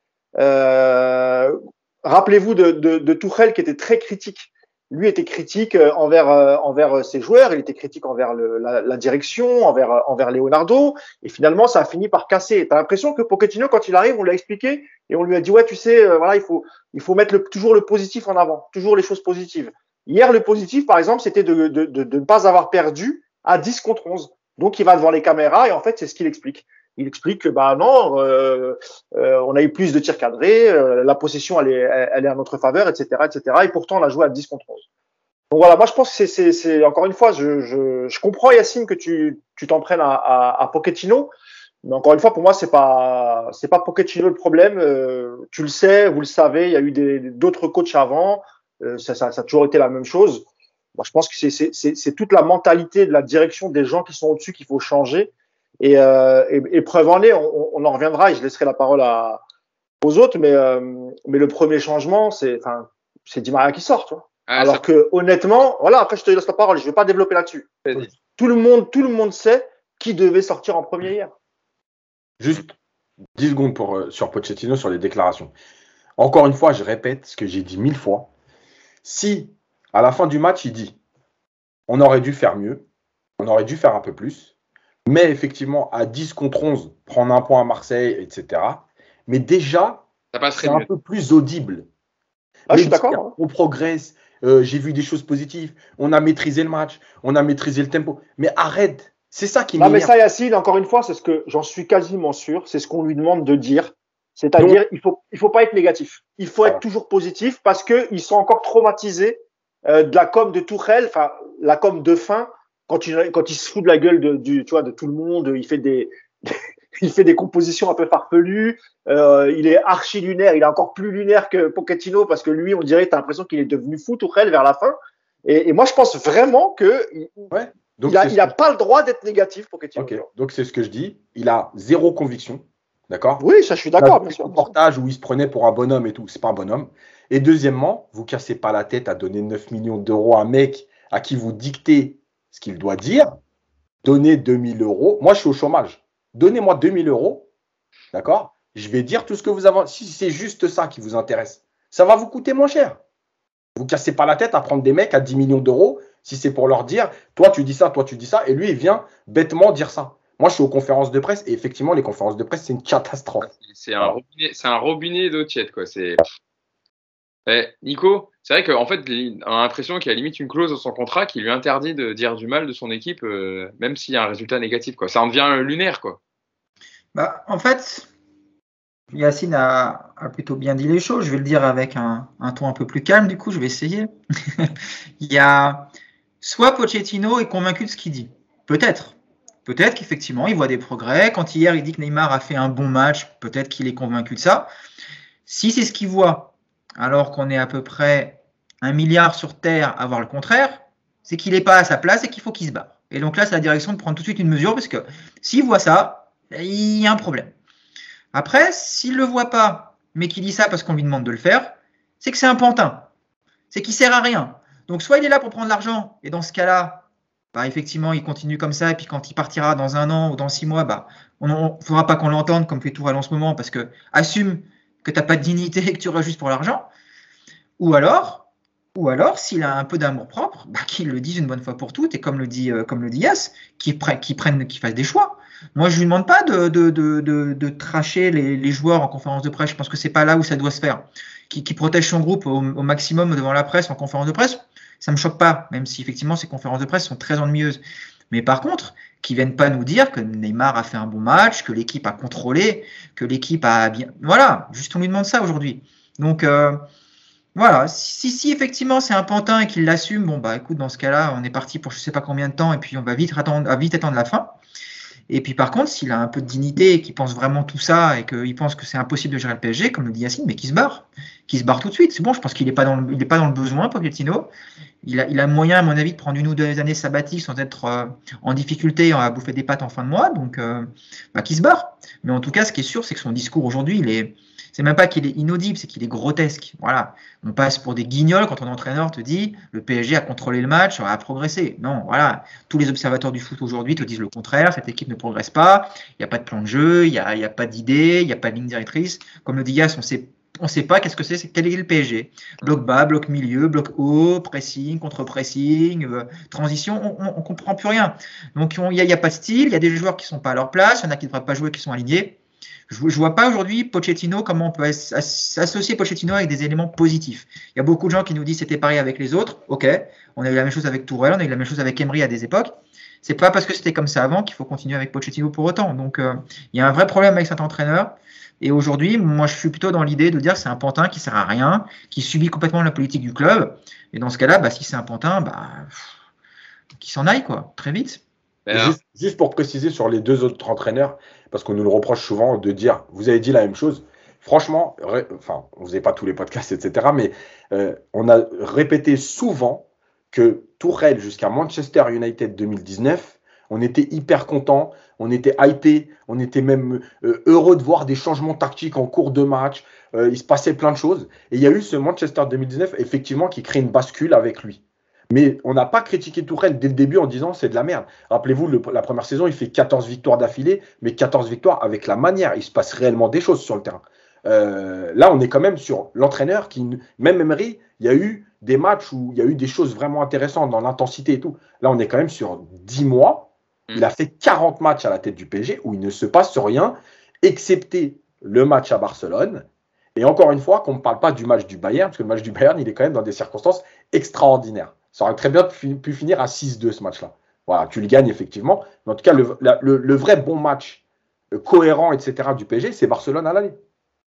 Rappelez-vous de Tuchel qui était très critique. Lui était critique envers ses joueurs, il était critique envers la direction, envers Leonardo, et finalement ça a fini par casser. T'as l'impression que Pochettino, quand il arrive, on lui a expliqué et on lui a dit ouais, tu sais, voilà, il faut mettre toujours le positif en avant, toujours les choses positives. Hier, le positif, par exemple, c'était de ne pas avoir perdu à 10 contre 11. Donc il va devant les caméras et en fait c'est ce qu'il explique. Il explique que bah non, on a eu plus de tirs cadrés, la possession elle est en notre faveur, etc., etc. Et pourtant on a joué à 10 contre 11. Donc voilà, moi je pense que c'est encore une fois, je comprends Yacine que tu t'en prennes à Pochettino, mais encore une fois pour moi c'est pas Pochettino le problème. Tu le sais, vous le savez, il y a eu d'autres coachs avant, ça a toujours été la même chose. Moi je pense que c'est toute la mentalité de la direction des gens qui sont au-dessus qu'il faut changer. Et preuve en est, on en reviendra et je laisserai la parole aux autres, mais le premier changement, c'est Di Maria qui sort, tu vois. Alors que honnêtement, voilà, après je te laisse la parole, je vais pas développer là-dessus. Tout le monde sait qui devait sortir en premier hier. Juste 10 secondes sur Pochettino, sur les déclarations. Encore une fois, je répète ce que j'ai dit 1000 fois. Si, à la fin du match, il dit on aurait dû faire mieux, on aurait dû faire un peu plus, mais effectivement, à 10 contre 11, prendre un point à Marseille, etc. Mais déjà, c'est un peu plus audible. Ah, je suis d'accord. On progresse, j'ai vu des choses positives, on a maîtrisé le match, on a maîtrisé le tempo. Mais arrête, c'est ça qui m'énerve. Non, mais ça, Yacine, encore une fois, c'est ce que j'en suis quasiment sûr, c'est ce qu'on lui demande de dire. C'est-à-dire, il faut pas être négatif. Il faut être toujours positif parce qu'ils sont encore traumatisés de la com de Tuchel, enfin, la com de fin. Quand il se fout de la gueule de tout le monde, il fait des compositions un peu farfelues. Il est archi lunaire, il est encore plus lunaire que Pochettino parce que lui, on dirait, t'as l'impression qu'il est devenu fou Tuchel vers la fin. Et moi, je pense vraiment que il a pas le droit d'être négatif, Pochettino. Ok, donc c'est ce que je dis. Il a zéro conviction, d'accord ? Oui, ça, je suis d'accord, bien sûr. Un reportage où il se prenait pour un bonhomme et tout, c'est pas un bonhomme. Et deuxièmement, vous cassez pas la tête à donner 9 millions d'euros à un mec à qui vous dictez ce qu'il doit dire. Donnez 2000 euros. Moi, je suis au chômage. Donnez-moi 2000 euros. D'accord ? Je vais dire tout ce que vous avez. Si c'est juste ça qui vous intéresse, ça va vous coûter moins cher. Vous ne cassez pas la tête à prendre des mecs à 10 millions d'euros si c'est pour leur dire toi, tu dis ça, toi, tu dis ça. Et lui, il vient bêtement dire ça. Moi, je suis aux conférences de presse et effectivement, les conférences de presse, c'est une catastrophe. C'est un robinet d'eau tiède, quoi. Nico, c'est vrai qu'en fait, on a l'impression qu'il y a limite une clause dans son contrat qui lui interdit de dire du mal de son équipe, même s'il y a un résultat négatif, quoi. Ça en devient lunaire, quoi. Bah, en fait, Yacine a plutôt bien dit les choses. Je vais le dire avec un ton un peu plus calme, du coup, je vais essayer. Il y a soit Pochettino est convaincu de ce qu'il dit. Peut-être. Peut-être qu'effectivement, il voit des progrès. Quand hier, il dit que Neymar a fait un bon match, peut-être qu'il est convaincu de ça. Si c'est ce qu'il voit, alors qu'on est à peu près 1 milliard sur Terre à voir le contraire, c'est qu'il n'est pas à sa place et qu'il faut qu'il se barre. Et donc là, c'est la direction de prendre tout de suite une mesure, parce que s'il voit ça, il y a un problème. Après, s'il ne le voit pas, mais qu'il dit ça parce qu'on lui demande de le faire, c'est que c'est un pantin. C'est qu'il ne sert à rien. Donc soit il est là pour prendre l'argent, et dans ce cas-là, bah, effectivement, il continue comme ça, et puis quand il partira dans 1 an ou dans 6 mois, bah, il ne faudra pas qu'on l'entende comme fait Tourelle en ce moment, parce que assume que tu n'as pas de dignité et que tu restes juste pour l'argent. Ou alors, s'il a un peu d'amour-propre, bah, qu'il le dise une bonne fois pour toutes, et comme le dit Yass, qu'il fasse des choix. Moi, je ne lui demande pas de tracher les joueurs en conférence de presse. Je pense que ce n'est pas là où ça doit se faire. Qui protège son groupe au maximum devant la presse en conférence de presse, ça ne me choque pas, même si effectivement ces conférences de presse sont très ennuyeuses. Mais par contre, qu'ils ne viennent pas nous dire que Neymar a fait un bon match, que l'équipe a contrôlé, que l'équipe a bien... Voilà, juste on lui demande ça aujourd'hui. Donc, voilà, si effectivement c'est un pantin et qu'il l'assume, bon bah écoute, dans ce cas-là, on est parti pour je ne sais pas combien de temps et puis on va vite attendre la fin. Et puis par contre, s'il a un peu de dignité et qu'il pense vraiment tout ça et qu'il pense que c'est impossible de gérer le PSG, comme le dit Yacine, mais qu'il se barre. Qu'il se barre tout de suite. C'est bon, je pense qu'il n'est pas dans le besoin, Pochettino. Il a moyen, à mon avis, de prendre 1 ou 2 années sabbatiques sans être en difficulté à bouffer des pâtes en fin de mois. Donc, qu'il se barre. Mais en tout cas, ce qui est sûr, c'est que son discours aujourd'hui, c'est même pas qu'il est inaudible, c'est qu'il est grotesque. Voilà. On passe pour des guignols quand ton entraîneur te dit le PSG a contrôlé le match, a progressé. Non, voilà. Tous les observateurs du foot aujourd'hui te disent le contraire. Cette équipe ne progresse pas. Il n'y a pas de plan de jeu, il n'y a pas d'idée, il n'y a pas de ligne directrice. Comme le dit Yass, on ne sait pas qu'est-ce que c'est, quel est le PSG. Bloc bas, bloc milieu, bloc haut, pressing, contre-pressing, transition, on ne comprend plus rien. Donc il n'y a pas de style, il y a des joueurs qui ne sont pas à leur place, il y en a qui ne devraient pas jouer, qui sont alignés. Je ne vois pas aujourd'hui Pochettino, comment on peut associer Pochettino avec des éléments positifs. Il y a beaucoup de gens qui nous disent c'était pareil avec les autres. Ok, on a eu la même chose avec Tourelle, on a eu la même chose avec Emery à des époques. C'est pas parce que c'était comme ça avant qu'il faut continuer avec Pochettino pour autant. Donc il y a un vrai problème avec cet entraîneur. Et aujourd'hui, moi, je suis plutôt dans l'idée de dire que c'est un pantin qui sert à rien, qui subit complètement la politique du club. Et dans ce cas-là, bah, si c'est un pantin, qu'il s'en aille, quoi, très vite. Juste pour préciser sur les 2 autres entraîneurs, parce qu'on nous le reproche souvent de dire, vous avez dit la même chose. Franchement, on ne faisait pas tous les podcasts, etc. Mais on a répété souvent que Tourelle jusqu'à Manchester United 2019, on était hyper content, on était hypé, on était même heureux de voir des changements tactiques en cours de match. Il se passait plein de choses. Et il y a eu ce Manchester 2019, effectivement, qui crée une bascule avec lui. Mais on n'a pas critiqué Tourelle dès le début en disant c'est de la merde. Rappelez-vous, la première saison, il fait 14 victoires d'affilée, mais 14 victoires avec la manière. Il se passe réellement des choses sur le terrain. Là, on est quand même sur l'entraîneur qui, même Emery, il y a eu des matchs où il y a eu des choses vraiment intéressantes dans l'intensité et tout. Là, on est quand même sur 10 mois. Il a fait 40 matchs à la tête du PSG où il ne se passe rien, excepté le match à Barcelone. Et encore une fois, qu'on ne parle pas du match du Bayern, parce que le match du Bayern, il est quand même dans des circonstances extraordinaires. Ça aurait très bien pu finir à 6-2 ce match-là. Voilà, tu le gagnes effectivement. Mais en tout cas, le vrai bon match cohérent, etc. du PSG, c'est Barcelone à l'aller.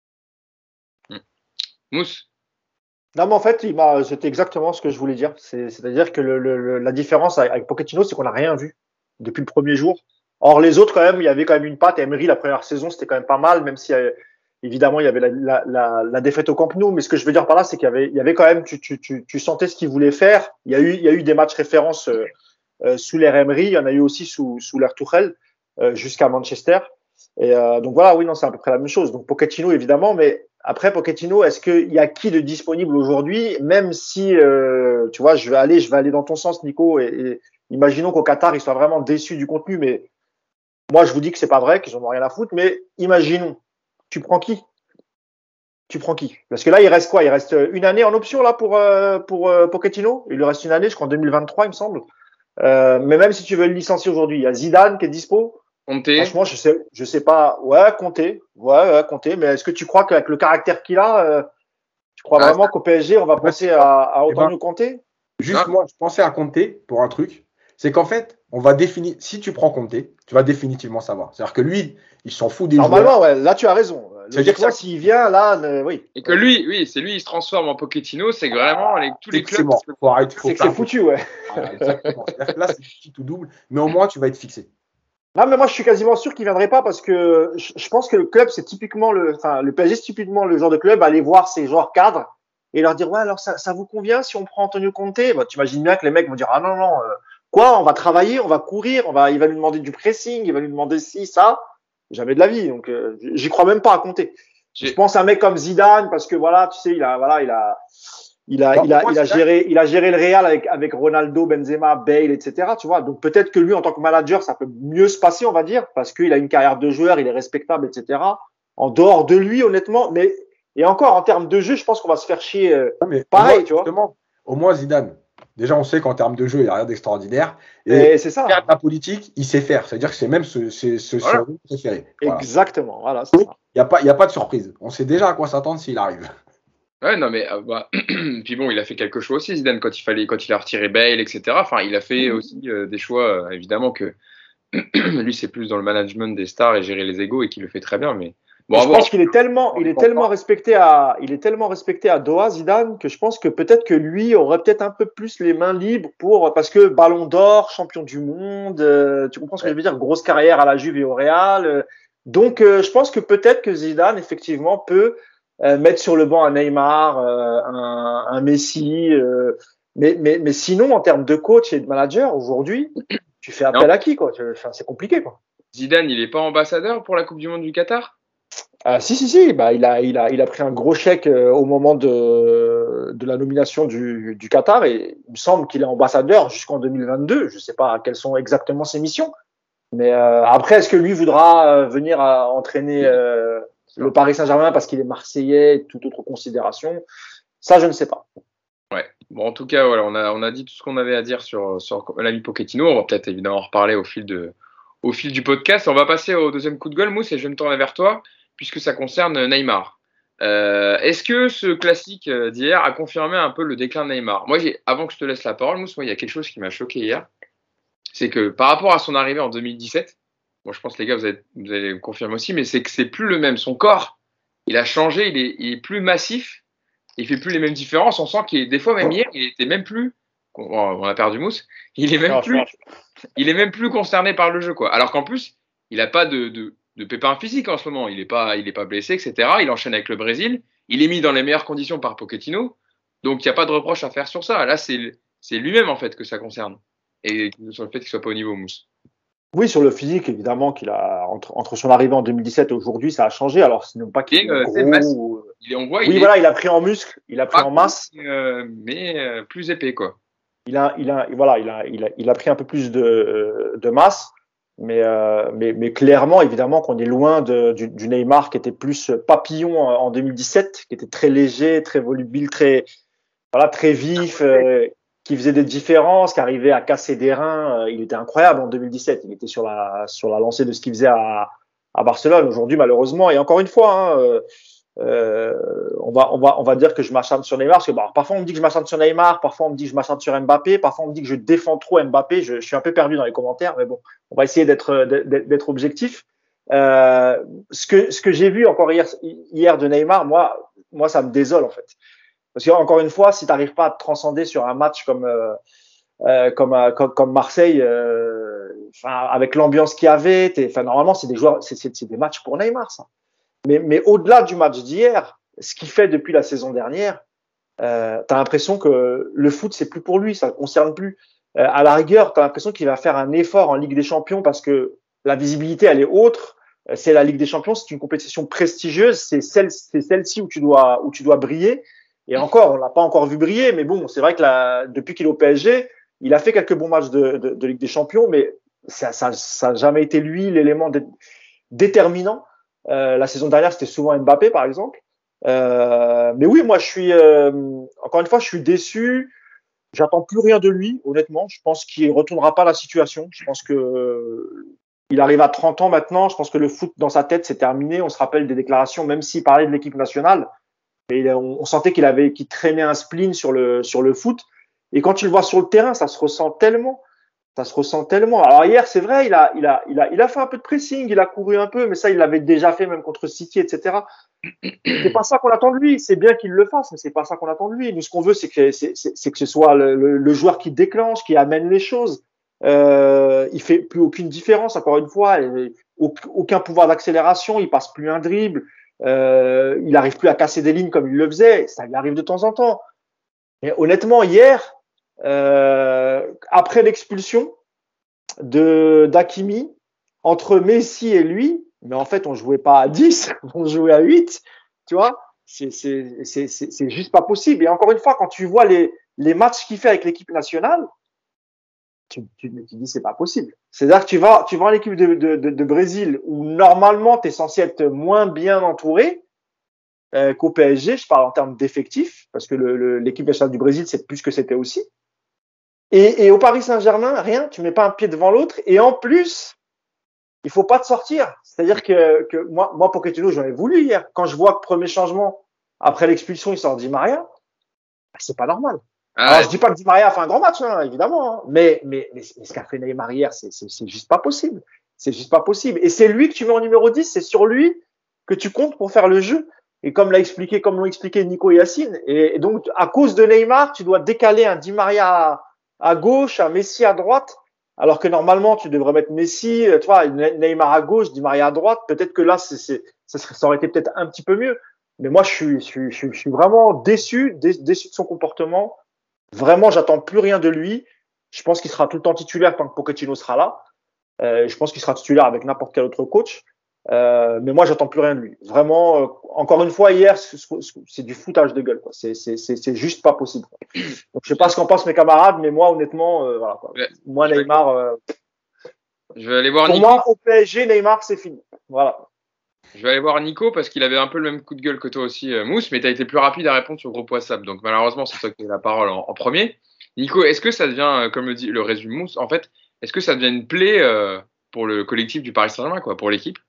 Mousse. Non, mais en fait, c'était exactement ce que je voulais dire. C'est-à-dire que la différence avec Pochettino, c'est qu'on n'a rien vu depuis le premier jour. Or, les autres, quand même, il y avait quand même une patte. Emery, la première saison, c'était quand même pas mal, même si, évidemment, il y avait la défaite au Camp Nou. Mais ce que je veux dire par là, c'est qu'il y avait quand même, tu sentais ce qu'il voulait faire. Il y a eu des matchs références sous l'ère Emery. Il y en a eu aussi sous l'ère Tourelle, jusqu'à Manchester. Et donc voilà, oui, non, c'est à peu près la même chose. Donc Pochettino, évidemment, mais après Pochettino, est-ce qu'il y a qui de disponible aujourd'hui, même si, tu vois, je vais aller dans ton sens, Nico, et imaginons qu'au Qatar, ils soient vraiment déçus du contenu, mais moi, je vous dis que c'est pas vrai, qu'ils en ont rien à foutre, mais imaginons, tu prends qui? Parce que là, il reste quoi? Il reste 1 année en option, là, pour Pochettino. Il lui reste 1 année, je crois, en 2023, il me semble. Mais même si tu veux le licencier aujourd'hui, il y a Zidane qui est dispo. Conte. Franchement, je sais pas. Ouais, Conte. Ouais, Conte. Mais est-ce que tu crois qu'avec le caractère qu'il a, tu crois vraiment qu'au PSG, on va penser à Antonio Conte? Juste moi, je pensais à Conte pour un truc. C'est qu'en fait, on va définir. Si tu prends Conte, tu vas définitivement savoir. C'est-à-dire que lui, il s'en fout des Normalement, joueurs. ouais, là, tu as raison. Ça veut dire que ça- s'il vient, là, oui. Et que lui, oui, c'est lui, il se transforme en Pochettino, c'est que vraiment tous les C'est clubs. mort. Faut arrêter. C'est que c'est foutu, ouais. Voilà, exactement. C'est-à-dire que là, c'est petit ou double, mais au moins, tu vas être fixé. Non, mais moi, je suis quasiment sûr qu'il viendrait pas parce que je pense que le club, c'est typiquement le PSG, c'est typiquement le genre de club à aller voir ces joueurs cadres et leur dire, ouais, alors ça vous convient si on prend Antonio Conte? Bah, tu imagines bien que les mecs vont dire, ah non, non, quoi, on va travailler, on va courir, il va nous demander du pressing, il va nous demander ci, ça. Jamais de la vie. Donc, j'y crois même pas à Conte. Je pense à un mec comme Zidane parce que voilà, tu sais, il a géré le Real avec Ronaldo, Benzema, Bale, etc. Tu vois. Donc peut-être que lui, en tant que manager, ça peut mieux se passer, on va dire, parce qu'il a une carrière de joueur, il est respectable, etc. En dehors de lui, honnêtement, mais et encore en termes de jeu, je pense qu'on va se faire chier. Pareil, tu vois. Au moins Zidane. Déjà, on sait qu'en termes de jeu, il n'y a rien d'extraordinaire. Et c'est ça. La politique, il sait faire. C'est-à-dire que c'est même ce surnom préféré. Voilà. Exactement. Voilà, c'est ça. Il n'y a pas de surprise. On sait déjà à quoi s'attendre s'il arrive. Ouais, non, mais puis bon, il a fait quelques choix aussi, Zidane, quand il a retiré Bale, etc. Enfin, il a fait aussi des choix, évidemment, que lui, c'est plus dans le management des stars et gérer les égos et qu'il le fait très bien. Mais bon, je pense qu'il est tellement respecté à Doha, Zidane, que je pense que peut-être que lui aurait peut-être un peu plus les mains libres parce que Ballon d'Or, champion du monde, tu comprends ce que je veux dire, grosse carrière à la Juve et au Real. Donc, je pense que peut-être que Zidane, effectivement, peut mettre sur le banc un Neymar, un Messi. Mais sinon, en termes de coach et de manager, aujourd'hui, tu fais appel à qui, quoi? Enfin, c'est compliqué, quoi. Zidane, il n'est pas ambassadeur pour la Coupe du Monde du Qatar? Si. Bah, il a pris un gros chèque au moment de la nomination du Qatar et il me semble qu'il est ambassadeur jusqu'en 2022. Je ne sais pas quelles sont exactement ses missions. Mais après, est-ce que lui voudra venir entraîner le Paris Saint-Germain parce qu'il est Marseillais et toute autre considération? Ça, je ne sais pas. Ouais. Bon, en tout cas, voilà, on a dit tout ce qu'on avait à dire sur l'ami Pochettino. On va peut-être évidemment en reparler au fil du podcast. On va passer au deuxième coup de gueule, Mousse, et je vais me tourner vers toi, puisque ça concerne Neymar. Est-ce que ce classique d'hier a confirmé un peu le déclin de Neymar? Moi, avant que je te laisse la parole, Mousse, il y a quelque chose qui m'a choqué hier. C'est que par rapport à son arrivée en 2017, bon, je pense que les gars, vous allez me confirmer aussi, mais c'est que c'est plus le même. Son corps, il a changé, il est plus massif, il fait plus les mêmes différences. On sent qu'il est, des fois, même hier, il était même plus. On a perdu Mousse. Il est même plus concerné par le jeu, quoi. Alors qu'en plus, il n'a pas de pépins physiques en ce moment. Il est pas blessé, etc. Il enchaîne avec le Brésil. Il est mis dans les meilleures conditions par Pochettino. Donc, il n'y a pas de reproche à faire sur ça. Là, c'est lui-même, en fait, que ça concerne. Et sur le fait qu'il soit pas au niveau, Mousse. Oui, sur le physique, évidemment, qu'il a entre son arrivée en 2017 et aujourd'hui, ça a changé. Alors, ce n'est pas qu'il est gros. Il a pris en muscle, il a pris en masse, mais plus épais, quoi. Il a pris un peu plus de masse, mais clairement, évidemment, qu'on est loin du Neymar qui était plus papillon en 2017, qui était très léger, très volubile, très vif. Qui faisait des différences, qui arrivait à casser des reins. Il était incroyable en 2017. Il était sur la lancée de ce qu'il faisait à Barcelone. Aujourd'hui, malheureusement, et encore une fois, on va dire que je m'acharne sur Neymar, parce que parfois on me dit que je m'acharne sur Neymar, parfois on me dit que je m'acharne sur Mbappé, parfois on me dit que je défends trop Mbappé. Je suis un peu perdu dans les commentaires, mais bon, on va essayer d'être objectif. Ce que j'ai vu encore hier de Neymar, moi, ça me désole en fait. Parce que encore une fois, si tu n'arrives pas à te transcender sur un match comme Marseille, avec l'ambiance qu'il y avait, normalement c'est des matchs pour Neymar, ça. Mais au-delà du match d'hier, ce qu'il fait depuis la saison dernière, t'as l'impression que le foot c'est plus pour lui, ça ne le concerne plus. À la rigueur, t'as l'impression qu'il va faire un effort en Ligue des Champions parce que la visibilité elle est autre. C'est la Ligue des Champions, c'est une compétition prestigieuse, c'est celle-ci où tu dois briller. Et encore, on l'a pas encore vu briller, mais bon, c'est vrai que depuis qu'il est au PSG, il a fait quelques bons matchs de Ligue des Champions, mais ça a jamais été lui l'élément déterminant. La saison dernière, c'était souvent Mbappé, par exemple. Mais oui, moi, encore une fois, je suis déçu. J'attends plus rien de lui, honnêtement. Je pense qu'il retournera pas la situation. Je pense que Il arrive à 30 ans maintenant. Je pense que le foot dans sa tête, c'est terminé. On se rappelle des déclarations, même s'il parlait de l'équipe nationale. Mais on sentait qu'il traînait un spleen sur le foot. Et quand tu le vois sur le terrain, ça se ressent tellement. Ça se ressent tellement. Alors hier, c'est vrai, il a fait un peu de pressing, il a couru un peu, mais ça, il l'avait déjà fait même contre City, etc. C'est pas ça qu'on attend de lui. C'est bien qu'il le fasse, mais c'est pas ça qu'on attend de lui. Nous, ce qu'on veut, c'est que ce soit le joueur qui déclenche, qui amène les choses. Il fait plus aucune différence, encore une fois. Aucun pouvoir d'accélération, il passe plus un dribble. Il arrive plus à casser des lignes comme il le faisait. Ça lui arrive de temps en temps. Mais honnêtement, hier, après l'expulsion d'Hakimi, entre Messi et lui, mais en fait, on jouait pas à 10, on jouait à 8, tu vois. C'est juste pas possible. Et encore une fois, quand tu vois les matchs qu'il fait avec l'équipe nationale, tu dis c'est pas possible. C'est-à-dire que tu vas en équipe de Brésil où normalement tu es censé être moins bien entouré qu'au PSG, je parle en termes d'effectifs, parce que l'équipe nationale du Brésil, c'est plus que c'était aussi. Et au Paris Saint-Germain, rien, tu mets pas un pied devant l'autre, et en plus, il faut pas te sortir. C'est-à-dire que moi Pochettino, j'en ai voulu hier. Quand je vois que premier changement, après l'expulsion, il sort Di Maria, c'est pas normal. Alors, je dis pas que Di Maria a fait un grand match, hein, évidemment, hein, mais ce qu'a fait Neymar hier, c'est juste pas possible. C'est juste pas possible. Et c'est lui que tu mets en numéro 10, c'est sur lui que tu comptes pour faire le jeu. Et comme l'ont expliqué Nico et Yacine, et donc, à cause de Neymar, tu dois décaler un Di Maria à gauche, un Messi à droite, alors que normalement, tu devrais mettre Messi, tu vois, Neymar à gauche, Di Maria à droite. Peut-être que là, ça aurait été peut-être un petit peu mieux. Mais moi, je suis vraiment déçu de son comportement. Vraiment, j'attends plus rien de lui. Je pense qu'il sera tout le temps titulaire tant que Pochettino sera là. Je pense qu'il sera titulaire avec n'importe quel autre coach. Mais moi, j'attends plus rien de lui. Vraiment, encore une fois, hier, c'est du foutage de gueule, quoi. C'est juste pas possible, quoi. Donc, je sais pas ce qu'en pensent mes camarades, mais moi, honnêtement, voilà, quoi. Moi, Neymar, je vais aller voir pour Nico. moi, au PSG, Neymar, c'est fini. Voilà. Je vais aller voir Nico parce qu'il avait un peu le même coup de gueule que toi aussi, Mousse, mais tu as été plus rapide à répondre sur le groupe WhatsApp. Donc, malheureusement, c'est toi qui as la parole en premier. Nico, est-ce que ça devient, comme le résume Mousse, en fait, est-ce que ça devient une plaie pour le collectif du Paris Saint-Germain, quoi, pour l'équipe?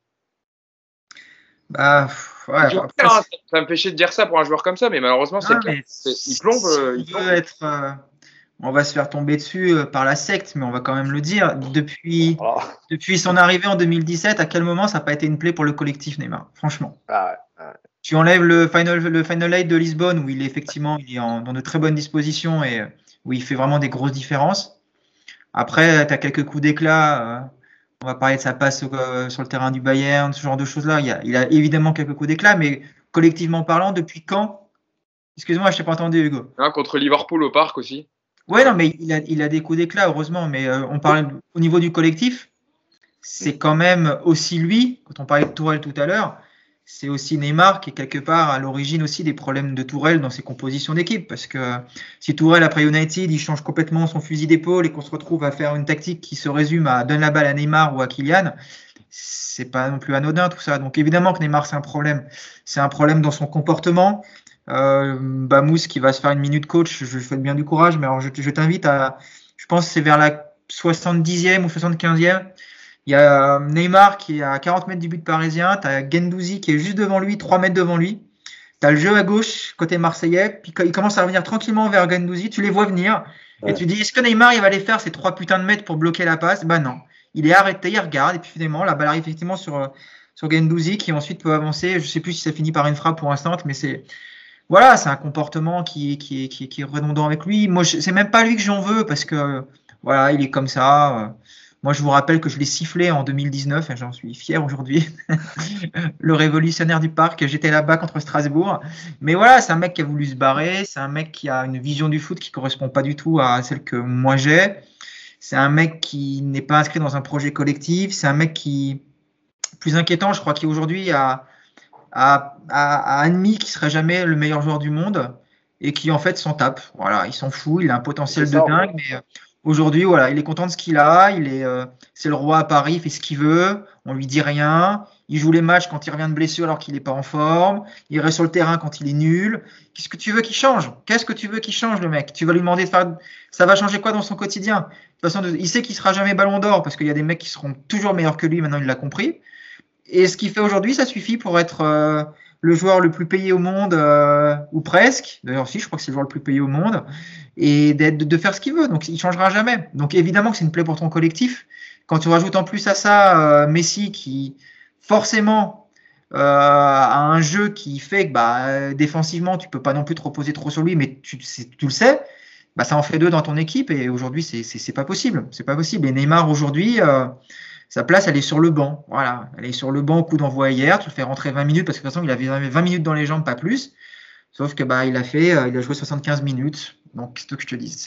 Bah, ouais, après, ça me fait chier de dire ça pour un joueur comme ça, mais malheureusement, il plombe. On va se faire tomber dessus par la secte, mais on va quand même le dire. Depuis son arrivée en 2017, à quel moment ça n'a pas été une plaie pour le collectif Neymar? Franchement. Tu enlèves le Final 8 de Lisbonne, où il est dans de très bonnes dispositions et où il fait vraiment des grosses différences. Après, tu as quelques coups d'éclat. On va parler de sa passe sur le terrain du Bayern, ce genre de choses-là. Il a évidemment quelques coups d'éclat, mais collectivement parlant, depuis quand? Excuse-moi, je t'ai pas entendu, Hugo. Contre Liverpool au parc aussi. Ouais, non, mais il a des coups d'éclat, heureusement. Mais on parle au niveau du collectif, c'est quand même aussi lui, quand on parlait de Tourelle tout à l'heure, c'est aussi Neymar qui est quelque part à l'origine aussi des problèmes de Tourelle dans ses compositions d'équipe. Parce que si Tourelle, après United, il change complètement son fusil d'épaule et qu'on se retrouve à faire une tactique qui se résume à donner la balle à Neymar ou à Kylian, c'est pas non plus anodin tout ça. Donc évidemment que Neymar, c'est un problème. C'est un problème dans son comportement. Mousse qui va se faire une minute coach, je souhaite bien du courage, mais alors je t'invite je pense que c'est vers la 70e ou 75e. Il y a Neymar qui est à 40 mètres du but parisien. Tu as Guendouzi qui est juste devant lui, 3 mètres devant lui. Tu as le jeu à gauche, côté marseillais. Puis il commence à revenir tranquillement vers Guendouzi. Tu les vois venir. Ouais. Et tu dis, est-ce que Neymar, il va aller faire ces 3 putains de mètres pour bloquer la passe? Bah non. Il est arrêté, il regarde. Et puis finalement, la balle arrive effectivement sur Guendouzi qui ensuite peut avancer. Je ne sais plus si ça finit par une frappe ou un centre, mais c'est un comportement qui est redondant avec lui. Moi, c'est même pas lui que j'en veux parce que voilà, il est comme ça. Moi, je vous rappelle que je l'ai sifflé en 2019, et j'en suis fier aujourd'hui. Le révolutionnaire du parc, j'étais là-bas contre Strasbourg. Mais voilà, c'est un mec qui a voulu se barrer, c'est un mec qui a une vision du foot qui ne correspond pas du tout à celle que moi j'ai. C'est un mec qui n'est pas inscrit dans un projet collectif. C'est un mec qui, plus inquiétant, je crois qu'aujourd'hui a admis qu'il ne serait jamais le meilleur joueur du monde et qui en fait s'en tape. Voilà, il s'en fout, il a un potentiel de dingue, mais aujourd'hui, voilà, il est content de ce qu'il a. C'est le roi à Paris, il fait ce qu'il veut, on lui dit rien. Il joue les matchs quand il revient de blessure alors qu'il n'est pas en forme. Il reste sur le terrain quand il est nul. Qu'est-ce que tu veux qu'il change? Qu'est-ce que tu veux qu'il change, le mec? Tu vas lui demander de faire. Ça va changer quoi dans son quotidien? De toute façon, il sait qu'il sera jamais ballon d'or parce qu'il y a des mecs qui seront toujours meilleurs que lui. Maintenant, il l'a compris. Et ce qu'il fait aujourd'hui, ça suffit pour être le joueur le plus payé au monde, ou presque. D'ailleurs, si, je crois que c'est le joueur le plus payé au monde. Et de faire ce qu'il veut. Donc, il ne changera jamais. Donc, évidemment que c'est une plaie pour ton collectif. Quand tu rajoutes en plus à ça Messi qui, forcément, a un jeu qui fait que défensivement, tu peux pas non plus te reposer trop sur lui, mais tu le sais, ça en fait deux dans ton équipe. Et aujourd'hui, c'est pas possible. C'est pas possible. Et Neymar, aujourd'hui, sa place, elle est sur le banc. Voilà. Elle est sur le banc au coup d'envoi hier. Tu le fais rentrer 20 minutes parce que de toute façon, il avait 20 minutes dans les jambes, pas plus. Sauf que il a joué 75 minutes. Donc, c'est ce que je te dis.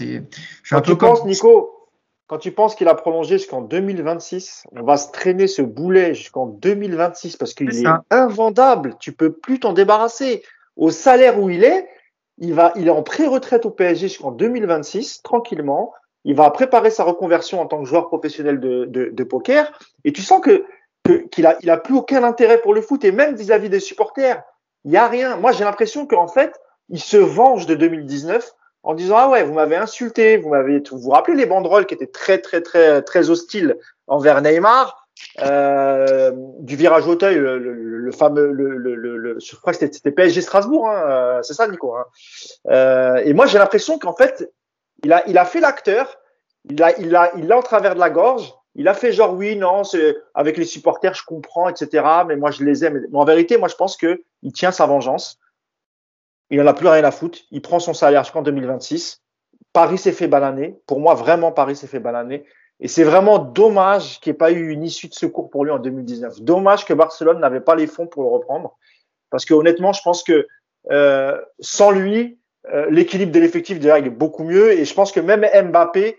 Nico, quand tu penses qu'il a prolongé jusqu'en 2026, on va se traîner ce boulet jusqu'en 2026 parce qu'il est invendable. Tu peux plus t'en débarrasser. Au salaire où il est en pré-retraite au PSG jusqu'en 2026, tranquillement. Il va préparer sa reconversion en tant que joueur professionnel de poker. Et tu sens qu'il a plus aucun intérêt pour le foot et même vis-à-vis des supporters. Il y a rien. Moi, j'ai l'impression qu'en fait, il se venge de 2019 en disant ah ouais, vous m'avez insulté, vous vous rappelez les banderoles qui étaient très très très très hostiles envers Neymar, du virage Auteuil, le fameux je crois que c'était PSG Strasbourg, hein, c'est ça Nico, hein. Et moi j'ai l'impression qu'en fait il a fait l'acteur, il l'a en travers de la gorge, il a fait genre oui non c'est avec les supporters je comprends etc mais moi je les aime, mais en vérité moi je pense que il tient sa vengeance. Il n'en a plus rien à foutre. Il prend son salaire jusqu'en 2026. Paris s'est fait bananer. Pour moi, vraiment, Paris s'est fait bananer. Et c'est vraiment dommage qu'il n'y ait pas eu une issue de secours pour lui en 2019. Dommage que Barcelone n'avait pas les fonds pour le reprendre. Parce que honnêtement, je pense que sans lui, l'équilibre de l'effectif déjà il est beaucoup mieux. Et je pense que même Mbappé,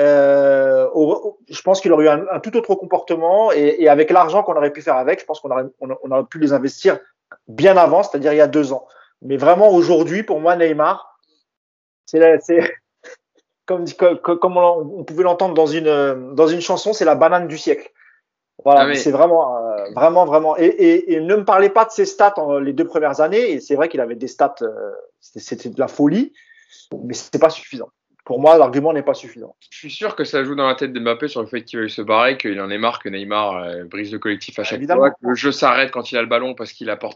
je pense qu'il aurait eu un tout autre comportement. Et avec l'argent qu'on aurait pu faire avec, je pense qu'on aurait pu les investir bien avant, c'est-à-dire il y a 2 ans. Mais vraiment, aujourd'hui, pour moi, Neymar, c'est comme on pouvait l'entendre dans une chanson, c'est la banane du siècle. Voilà, mais c'est vraiment. Et ne me parlez pas de ses stats les 2 premières années. Et c'est vrai qu'il avait des stats, c'était de la folie, mais c'est pas suffisant. Pour moi, l'argument n'est pas suffisant. Je suis sûr que ça joue dans la tête de Mbappé sur le fait qu'il veuille se barrer, qu'il en ait marre que Neymar brise le collectif à chaque fois, que le jeu s'arrête quand il a le ballon parce qu'il apporte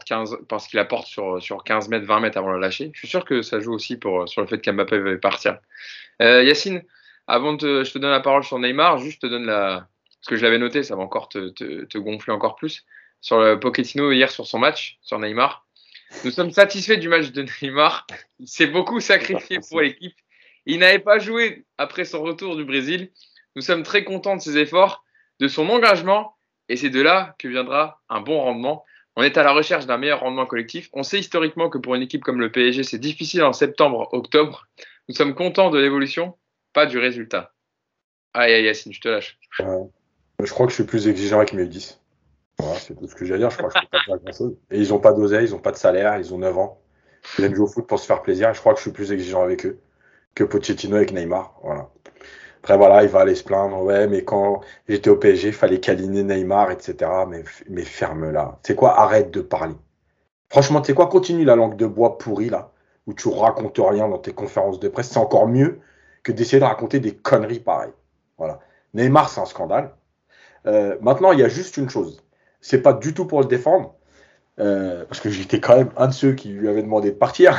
sur 15 mètres, 20 mètres avant de le lâcher. Je suis sûr que ça joue aussi sur le fait qu'Mbappé veuille partir. Yacine, je te donne la parole sur Neymar, juste te donne ce que je l'avais noté, ça va encore te gonfler encore plus. Sur le Pochettino hier sur son match, sur Neymar. Nous sommes satisfaits du match de Neymar. Il s'est beaucoup sacrifié pour l'équipe. Il n'avait pas joué après son retour du Brésil. Nous sommes très contents de ses efforts, de son engagement, et c'est de là que viendra un bon rendement. On est à la recherche d'un meilleur rendement collectif. On sait historiquement que pour une équipe comme le PSG, c'est difficile en septembre, octobre. Nous sommes contents de l'évolution, pas du résultat. Aïe, Yacine, je te lâche. Je crois que je suis plus exigeant avec mes U10. Voilà, c'est tout ce que j'ai à dire. Je crois que je peux pas dire grand-chose. Et ils n'ont pas d'oseille, ils n'ont pas de salaire, ils ont 9 ans. Ils aiment jouer au foot pour se faire plaisir. Et je crois que je suis plus exigeant avec eux que Pochettino avec Neymar. Voilà. Après, voilà, il va aller se plaindre. Ouais, mais quand j'étais au PSG, il fallait câliner Neymar, etc. Mais ferme-la. C'est quoi? Arrête de parler. Franchement, tu sais quoi? Continue la langue de bois pourrie, là, où tu racontes rien dans tes conférences de presse. C'est encore mieux que d'essayer de raconter des conneries pareilles. Voilà. Neymar, c'est un scandale. Maintenant, il y a juste une chose. C'est pas du tout pour le défendre, parce que j'étais quand même un de ceux qui lui avaient demandé de partir.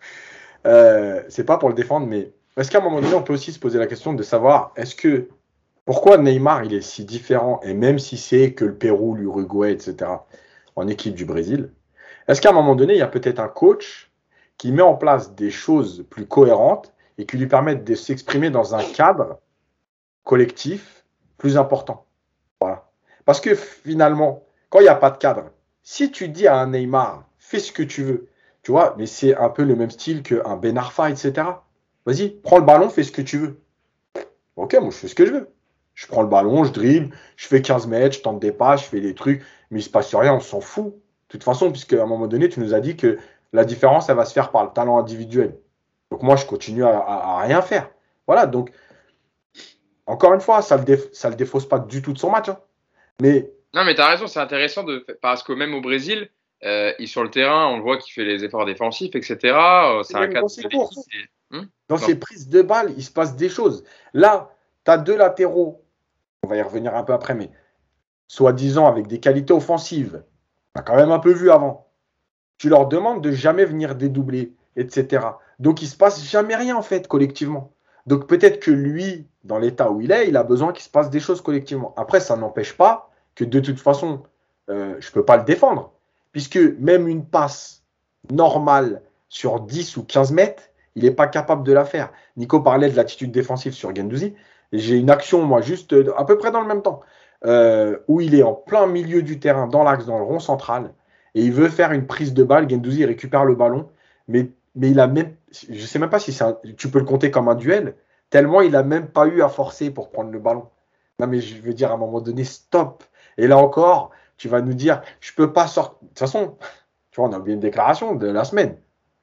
C'est pas pour le défendre, mais est-ce qu'à un moment donné, on peut aussi se poser la question de savoir pourquoi Neymar il est si différent, et même si c'est que le Pérou, l'Uruguay, etc., en équipe du Brésil, est-ce qu'à un moment donné, il y a peut-être un coach qui met en place des choses plus cohérentes et qui lui permettent de s'exprimer dans un cadre collectif plus important? Voilà. Parce que finalement, quand il n'y a pas de cadre, si tu dis à un Neymar, fais ce que tu veux, tu vois, mais c'est un peu le même style qu'un Ben Arfa, etc. Vas-y, prends le ballon, fais ce que tu veux. Ok, moi je fais ce que je veux. Je prends le ballon, je dribble, je fais 15 mètres, je tente des passes, je fais des trucs, mais il ne se passe rien, on s'en fout. De toute façon, puisque à un moment donné, tu nous as dit que la différence, elle va se faire par le talent individuel. Donc moi, je continue à rien faire. Voilà, donc, encore une fois, ça le défausse pas du tout de son match. Hein. Mais Non, mais tu as raison, c'est intéressant parce que même au Brésil, sur le terrain, on le voit qu'il fait les efforts défensifs, etc. C'est un Même cadre dans ses courses. Dans Non. ses prises de balles, il se passe des choses. Là, tu as deux latéraux, on va y revenir un peu après, mais soi-disant avec des qualités offensives. On a quand même un peu vu avant. Tu leur demandes de jamais venir dédoubler, etc. Donc, il ne se passe jamais rien, en fait, collectivement. Donc, peut-être que lui, dans l'état où il est, il a besoin qu'il se passe des choses collectivement. Après, ça n'empêche pas que, de toute façon, je ne peux pas le défendre. Puisque même une passe normale sur 10 ou 15 mètres, il n'est pas capable de la faire. Nico parlait de l'attitude défensive sur Guendouzi. J'ai une action, moi, juste à peu près dans le même temps, où il est en plein milieu du terrain, dans l'axe, dans le rond central, et il veut faire une prise de balle. Guendouzi récupère le ballon, mais il a même, je ne sais même pas si tu peux le compter comme un duel, tellement il n'a même pas eu à forcer pour prendre le ballon. Non, mais je veux dire, à un moment donné, stop. Et là encore, tu vas nous dire, je ne peux pas sortir. De toute façon, tu vois, on a oublié une déclaration de la semaine.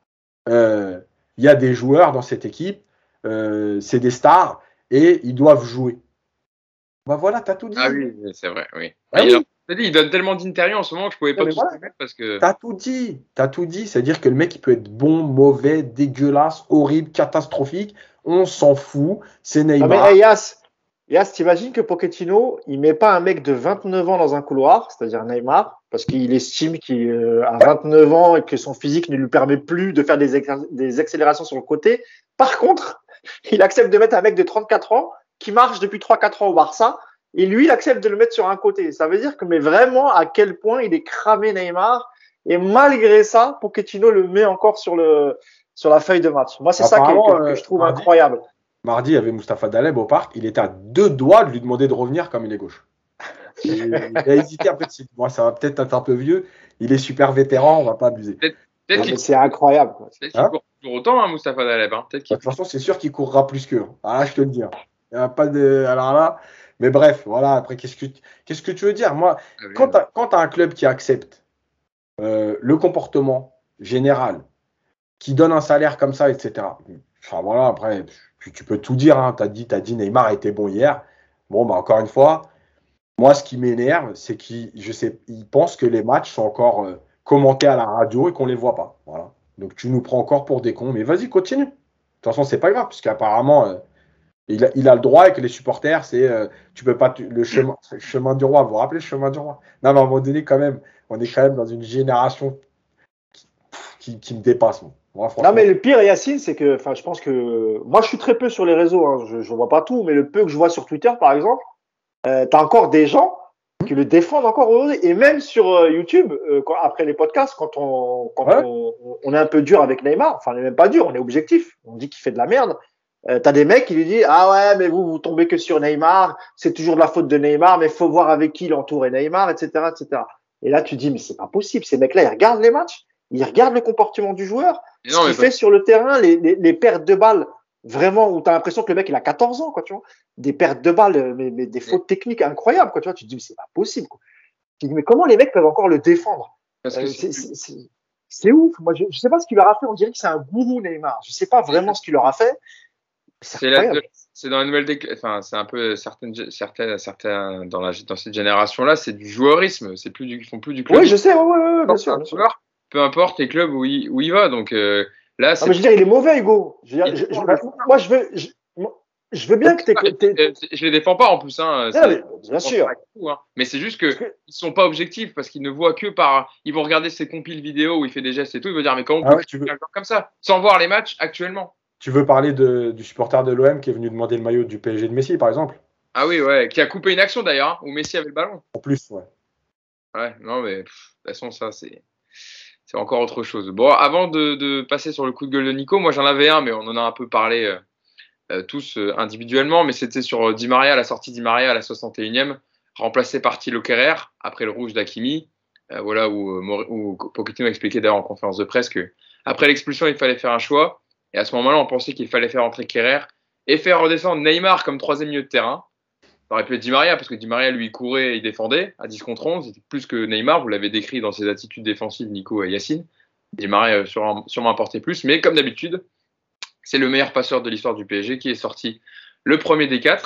Il y a des joueurs dans cette équipe, c'est des stars, et ils doivent jouer. Bah voilà, t'as tout dit. Ah oui, c'est vrai, oui. Ah oui. Il donne tellement d'interviews en ce moment que je pouvais pas Mais tout voilà. mettre parce que. T'as tout dit. C'est-à-dire que le mec, il peut être bon, mauvais, dégueulasse, horrible, catastrophique. On s'en fout. C'est Neymar. Non, mais hey, Yas, t'imagines que Pochettino, il met pas un mec de 29 ans dans un couloir, c'est-à-dire Neymar, parce qu'il estime qu'il a 29 ans et que son physique ne lui permet plus de faire des accélérations sur le côté. Par contre, il accepte de mettre un mec de 34 ans qui marche depuis 3-4 ans au Barça, et lui, il accepte de le mettre sur un côté. Ça veut dire que, mais vraiment, à quel point il est cramé Neymar, et malgré ça, Pochettino le met encore sur la feuille de match. Moi, c'est ça que je trouve incroyable. Mardi, il y avait Mustapha Daleb au parc. Il était à 2 doigts de lui demander de revenir comme il est gauche. Il a hésité. Après, moi, ça va peut-être être un peu vieux. Il est super vétéran, on va pas abuser. C'est incroyable. Peut-être qu'il court toujours autant, Mustapha Daleb. De toute façon, c'est sûr qu'il courra plus qu'eux. Ah, là, je te le dis. Il n'y a pas de. Alors là. Mais bref, voilà. Après, qu'est-ce que tu veux dire? Moi, quand tu as un club qui accepte le comportement général, qui donne un salaire comme ça, etc. Enfin, voilà, après. Tu peux tout dire, hein. T'as dit Neymar était bon hier. Bon, bah encore une fois, moi, ce qui m'énerve, c'est qu'il pense que les matchs sont encore commentés à la radio et qu'on les voit pas. Voilà. Donc tu nous prends encore pour des cons, mais vas-y, continue. De toute façon, c'est pas grave, puisqu'apparemment, il a le droit et que les supporters, c'est tu peux pas le chemin du roi. Vous vous rappelez le chemin du roi? Non, mais à un moment donné, quand même, on est quand même dans une génération qui me dépasse. Moi, non, mais le pire, Yacine, c'est que, je pense que moi, je suis très peu sur les réseaux, hein, je vois pas tout, mais le peu que je vois sur Twitter, par exemple, t'as encore des gens qui le défendent encore aujourd'hui, et même sur YouTube, après les podcasts, quand on est un peu dur avec Neymar, enfin, on n'est même pas dur, on est objectif, on dit qu'il fait de la merde. T'as des mecs qui lui disent ah ouais, mais vous tombez que sur Neymar, c'est toujours de la faute de Neymar, mais faut voir avec qui il entoure Neymar, etc., etc. Et là, tu dis mais c'est pas possible, ces mecs-là, ils regardent les matchs. Il regarde le comportement du joueur, ce qu'il fait sur le terrain, les pertes de balles, vraiment, où tu as l'impression que le mec, il a 14 ans, quoi, tu vois. Des pertes de balles, mais des fautes techniques incroyables, quoi, tu vois. Tu te dis, mais c'est pas possible, quoi. Tu te dis, mais comment les mecs peuvent encore le défendre? C'est ouf. Moi, je sais pas ce qu'il leur a fait. On dirait que c'est un gourou, Neymar. Je sais pas vraiment ce qu'il leur a fait. C'est dans la nouvelle c'est un peu certains dans cette génération-là, c'est du joueurisme, ils font plus du club. Oui, je sais, ouais, bien sûr. Peu importe les clubs où il va. Donc là, mais je veux dire, il est mauvais, Hugo. Moi, je veux bien que je les défends pas en plus, hein. Bien sûr. Mais c'est juste que ils sont pas objectifs parce qu'ils ne voient que ils vont regarder ses compiles vidéo où il fait des gestes et tout. Ils vont dire mais comment on peut faire un joueur comme ça sans voir les matchs actuellement? Tu veux parler du supporter de l'OM qui est venu demander le maillot du PSG de Messi, par exemple? Ah oui, ouais, qui a coupé une action d'ailleurs, où Messi avait le ballon. En plus, ouais. Ouais, non, mais de toute façon, ça, c'est encore autre chose. Bon, avant de passer sur le coup de gueule de Nico, moi j'en avais un, mais on en a un peu parlé tous individuellement, mais c'était sur Di Maria, la sortie Di Maria à la 61e, remplacé par Thilo Kehrer, après le rouge d'Hakimi. Voilà, où Pochettino expliquait d'ailleurs en conférence de presse que après l'expulsion, il fallait faire un choix. Et à ce moment-là, on pensait qu'il fallait faire entrer Kehrer et faire redescendre Neymar comme troisième milieu de terrain. Ça aurait pu être Di Maria, parce que Di Maria, lui, courait et il défendait à 10 contre 11. C'était plus que Neymar, vous l'avez décrit dans ses attitudes défensives, Nico et Yacine. Di Maria sûrement apporté plus, mais comme d'habitude, c'est le meilleur passeur de l'histoire du PSG qui est sorti le premier des quatre.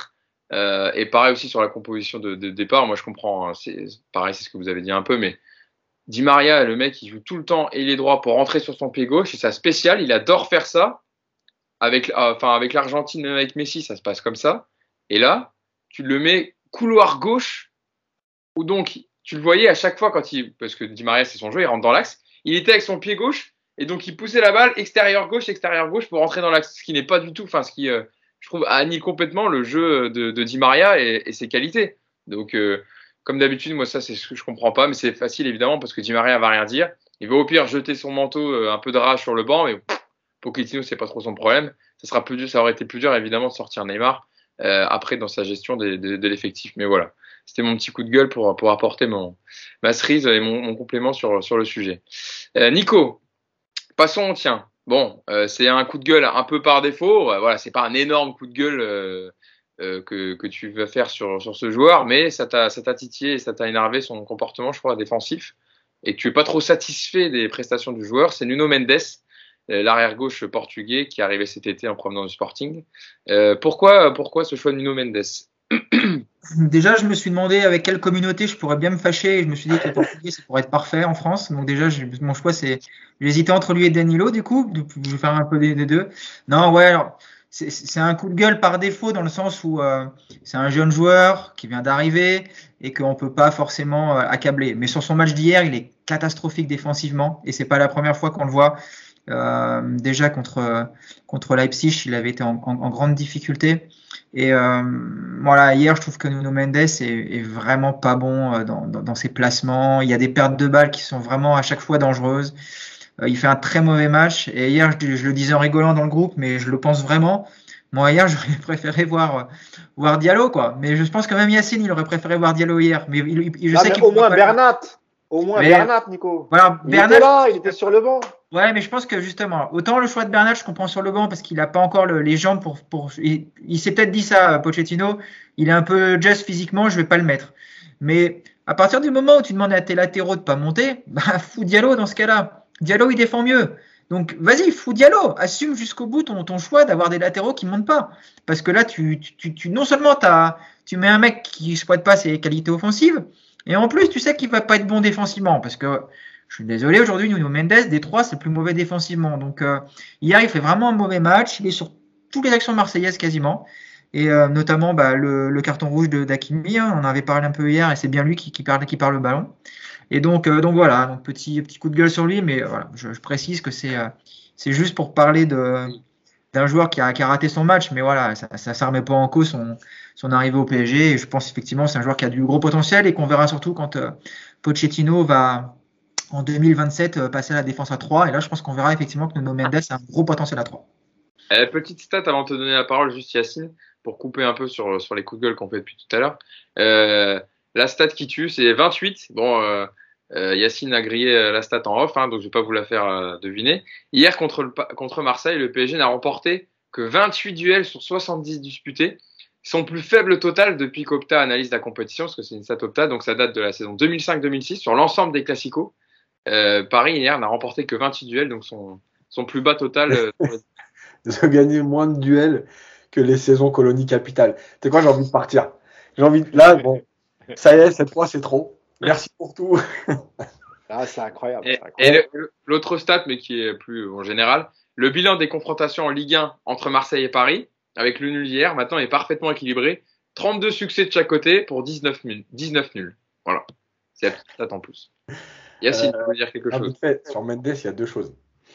Et pareil aussi sur la composition de départ. Moi, je comprends. Hein, pareil, c'est ce que vous avez dit un peu, mais Di Maria, le mec, il joue tout le temps ailier droit pour rentrer sur son pied gauche. C'est sa spéciale. Il adore faire ça. Avec l'Argentine, même avec Messi, ça se passe comme ça. Et là, tu le mets couloir gauche, où donc tu le voyais à chaque fois parce que Di Maria, c'est son jeu, il rentre dans l'axe. Il était avec son pied gauche et donc il poussait la balle extérieur gauche pour rentrer dans l'axe, ce qui n'est pas du tout, ce qui je trouve annule complètement le jeu de Di Maria et ses qualités. Donc comme d'habitude, moi ça c'est ce que je comprends pas, mais c'est facile évidemment parce que Di Maria va rien dire. Il va au pire jeter son manteau, un peu de rage sur le banc, mais Pochettino c'est pas trop son problème. Ça aurait été plus dur évidemment de sortir Neymar après dans sa gestion de l'effectif. Mais voilà, c'était mon petit coup de gueule pour apporter ma cerise et mon complément sur le sujet. Nico, passons, tiens. Bon, c'est un coup de gueule un peu par défaut. Voilà, c'est pas un énorme coup de gueule que tu vas faire sur ce joueur, mais ça t'a titillé et ça t'a énervé son comportement, je crois, défensif. Et que tu es pas trop satisfait des prestations du joueur. C'est Nuno Mendes, l'arrière-gauche portugais qui est arrivé cet été en provenance du Sporting. Pourquoi ce choix de Nuno Mendes? Déjà, je me suis demandé avec quelle communauté je pourrais bien me fâcher et je me suis dit que le portugais, ça pourrait être parfait en France. Donc déjà, mon choix, j'hésitais entre lui et Danilo, du coup. Je vais faire un peu des deux. Non, ouais, alors, c'est un coup de gueule par défaut dans le sens où c'est un jeune joueur qui vient d'arriver et qu'on peut pas forcément accabler. Mais sur son match d'hier, il est catastrophique défensivement et c'est pas la première fois qu'on le voit. Déjà contre Leipzig, il avait été en grande difficulté. Et voilà, hier, je trouve que Nuno Mendes est vraiment pas bon dans ses placements. Il y a des pertes de balles qui sont vraiment à chaque fois dangereuses. Il fait un très mauvais match. Et hier, je le disais en rigolant dans le groupe, mais je le pense vraiment. Moi, hier, j'aurais préféré voir Diallo, quoi. Mais je pense que même Yacine, il aurait préféré voir Diallo hier. Mais je sais qu'il au moins Bernat. Au moins Bernat, Nico. Voilà, il était sur le banc. Ouais, mais je pense que justement, autant le choix de Bernat, je comprends sur le banc parce qu'il n'a pas encore les jambes il s'est peut-être dit ça, Pochettino. Il est un peu just physiquement, je vais pas le mettre. Mais à partir du moment où tu demandes à tes latéraux de pas monter, fous Diallo dans ce cas-là. Diallo, il défend mieux. Donc, vas-y, fous Diallo. Assume jusqu'au bout ton choix d'avoir des latéraux qui montent pas. Parce que là, non seulement tu mets un mec qui exploite pas ses qualités offensives, et en plus, tu sais qu'il va pas être bon défensivement. Parce que, je suis désolé, aujourd'hui, Nuno Mendes, des trois, c'est le plus mauvais défensivement. Donc, hier, il fait vraiment un mauvais match. Il est sur toutes les actions marseillaises quasiment. Et notamment le carton rouge d'Hakimi. On en avait parlé un peu hier et c'est bien lui qui perd le ballon. Et donc voilà, donc petit coup de gueule sur lui. Mais voilà, je précise que c'est juste pour parler d'un joueur qui a raté son match. Mais voilà, ça ne remet pas en cause son arrivée au PSG. Et je pense effectivement que c'est un joueur qui a du gros potentiel et qu'on verra surtout quand Pochettino va en 2027 passer à la défense à 3 et là je pense qu'on verra effectivement que Nuno Mendes a un gros potentiel à 3. Petite stat avant de te donner la parole, juste Yacine, pour couper un peu sur les coups de gueule qu'on fait depuis tout à l'heure. La stat qui tue, c'est 28. Bon, Yacine a grillé la stat en off, donc je vais pas vous la faire deviner. Hier contre Marseille, le PSG n'a remporté que 28 duels sur 70 disputés. Son plus faible total depuis qu'Opta analyse la compétition, parce que c'est une stat Opta, donc ça date de la saison 2005-2006 sur l'ensemble des classicos. Paris hier n'a remporté que 28 duels, donc son plus bas total. Ils ont gagné moins de duels que les saisons colonie capitale. Tu sais quoi, j'ai envie de partir. Là, bon, ça y est, cette fois c'est trop. Merci pour tout. C'est incroyable. Et l'autre stat, mais qui est plus en général, le bilan des confrontations en Ligue 1 entre Marseille et Paris, avec le nul hier, maintenant est parfaitement équilibré. 32 succès de chaque côté pour 19 nuls. Voilà, c'est la petite stat en plus. Yacine, tu veux dire quelque chose? Sur Mendes, il y a deux choses.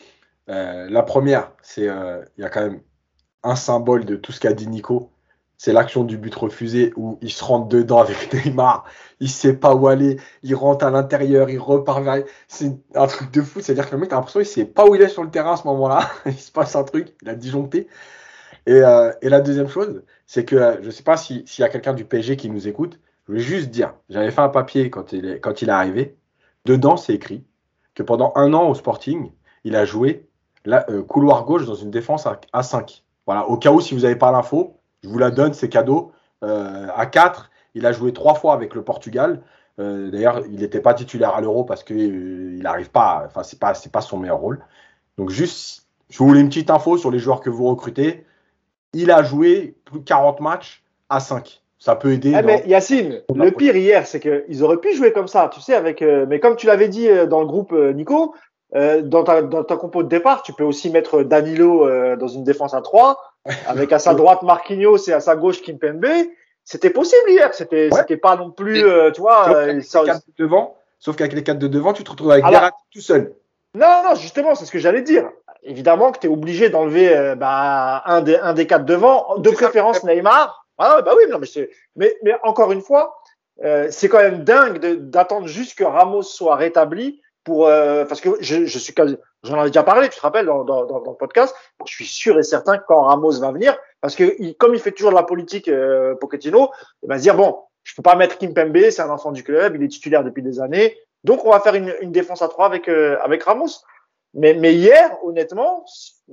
La première, c'est il y a quand même un symbole de tout ce qu'a dit Nico. C'est l'action du but refusé où il se rentre dedans avec Neymar. Il sait pas où aller. Il rentre à l'intérieur. Il repart vers. C'est un truc de fou. C'est-à-dire que le mec, t'as l'impression qu'il sait pas où il est sur le terrain à ce moment-là. Il se passe un truc. Il a disjoncté. Et la deuxième chose, c'est que je sais pas s'il y a quelqu'un du PSG qui nous écoute. Je voulais juste dire, j'avais fait un papier quand il est arrivé. Dedans, c'est écrit que pendant 1 an au Sporting, il a joué couloir gauche dans une défense à 5. Voilà, au cas où, si vous n'avez pas l'info, je vous la donne, c'est cadeau. À 4, il a joué 3 fois avec le Portugal. D'ailleurs, il n'était pas titulaire à l'Euro parce qu'il n'arrive pas, enfin, c'est pas son meilleur rôle. Donc, juste, je voulais une petite info sur les joueurs que vous recrutez. Il a joué plus de 40 matchs à 5. Ça peut aider. Mais Yacine, le pire hier, c'est qu'ils auraient pu jouer comme ça, tu sais, mais comme tu l'avais dit dans le groupe, Nico, dans ta compo de départ, tu peux aussi mettre Danilo dans une défense à 3, avec à sa droite Marquinhos et à sa gauche Kimpembe. C'était possible hier, c'était pas non plus, tu vois. Sauf qu'avec les 4 de devant, tu te retrouves avec Verratti tout seul. Non, justement, c'est ce que j'allais dire. Évidemment que tu es obligé d'enlever un des 4 devant, de préférence Neymar. Ah bah oui, non, mais encore une fois, c'est quand même dingue d'attendre juste que Ramos soit rétabli parce que j'en avais déjà parlé, tu te rappelles dans le podcast. Je suis sûr et certain que quand Ramos va venir, parce que comme il fait toujours de la politique, Pochettino, il va se dire bon, je peux pas mettre Kimpembe, c'est un enfant du club, il est titulaire depuis des années, donc on va faire une défense à 3 avec Ramos. Mais hier, honnêtement,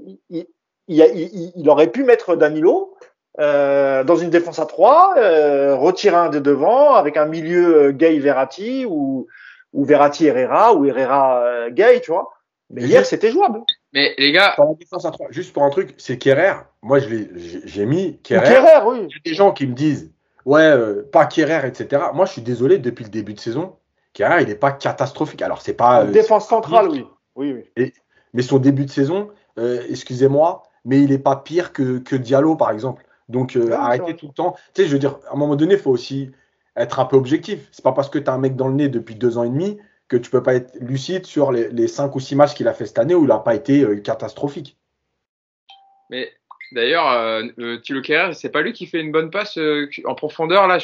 il aurait pu mettre Danilo dans une défense à 3, retirer un des devants avec un milieu Gay-Verratti ou Verratti-Herrera ou Herrera-Gay, tu vois. Mais hier, c'était jouable. Mais les gars, dans la défense à 3, juste pour un truc, c'est Kerrer. Moi, j'ai mis Kerrer. Kerrer, oui. Il y a des gens qui me disent pas Kerrer, etc. Moi, je suis désolé, depuis le début de saison, Kerrer, il n'est pas catastrophique. Alors, c'est pas. Défense centrale, oui. Mais son début de saison, excusez-moi, mais il n'est pas pire que Diallo, par exemple. Donc, arrêtez tout le temps. Tu sais, je veux dire, à un moment donné, il faut aussi être un peu objectif. C'est pas parce que tu as un mec dans le nez depuis 2 ans et demi que tu peux pas être lucide sur les 5 ou 6 matchs qu'il a fait cette année où il n'a pas été catastrophique. Mais d'ailleurs, Thilo Kehrer, c'est pas lui qui fait une bonne passe en profondeur là.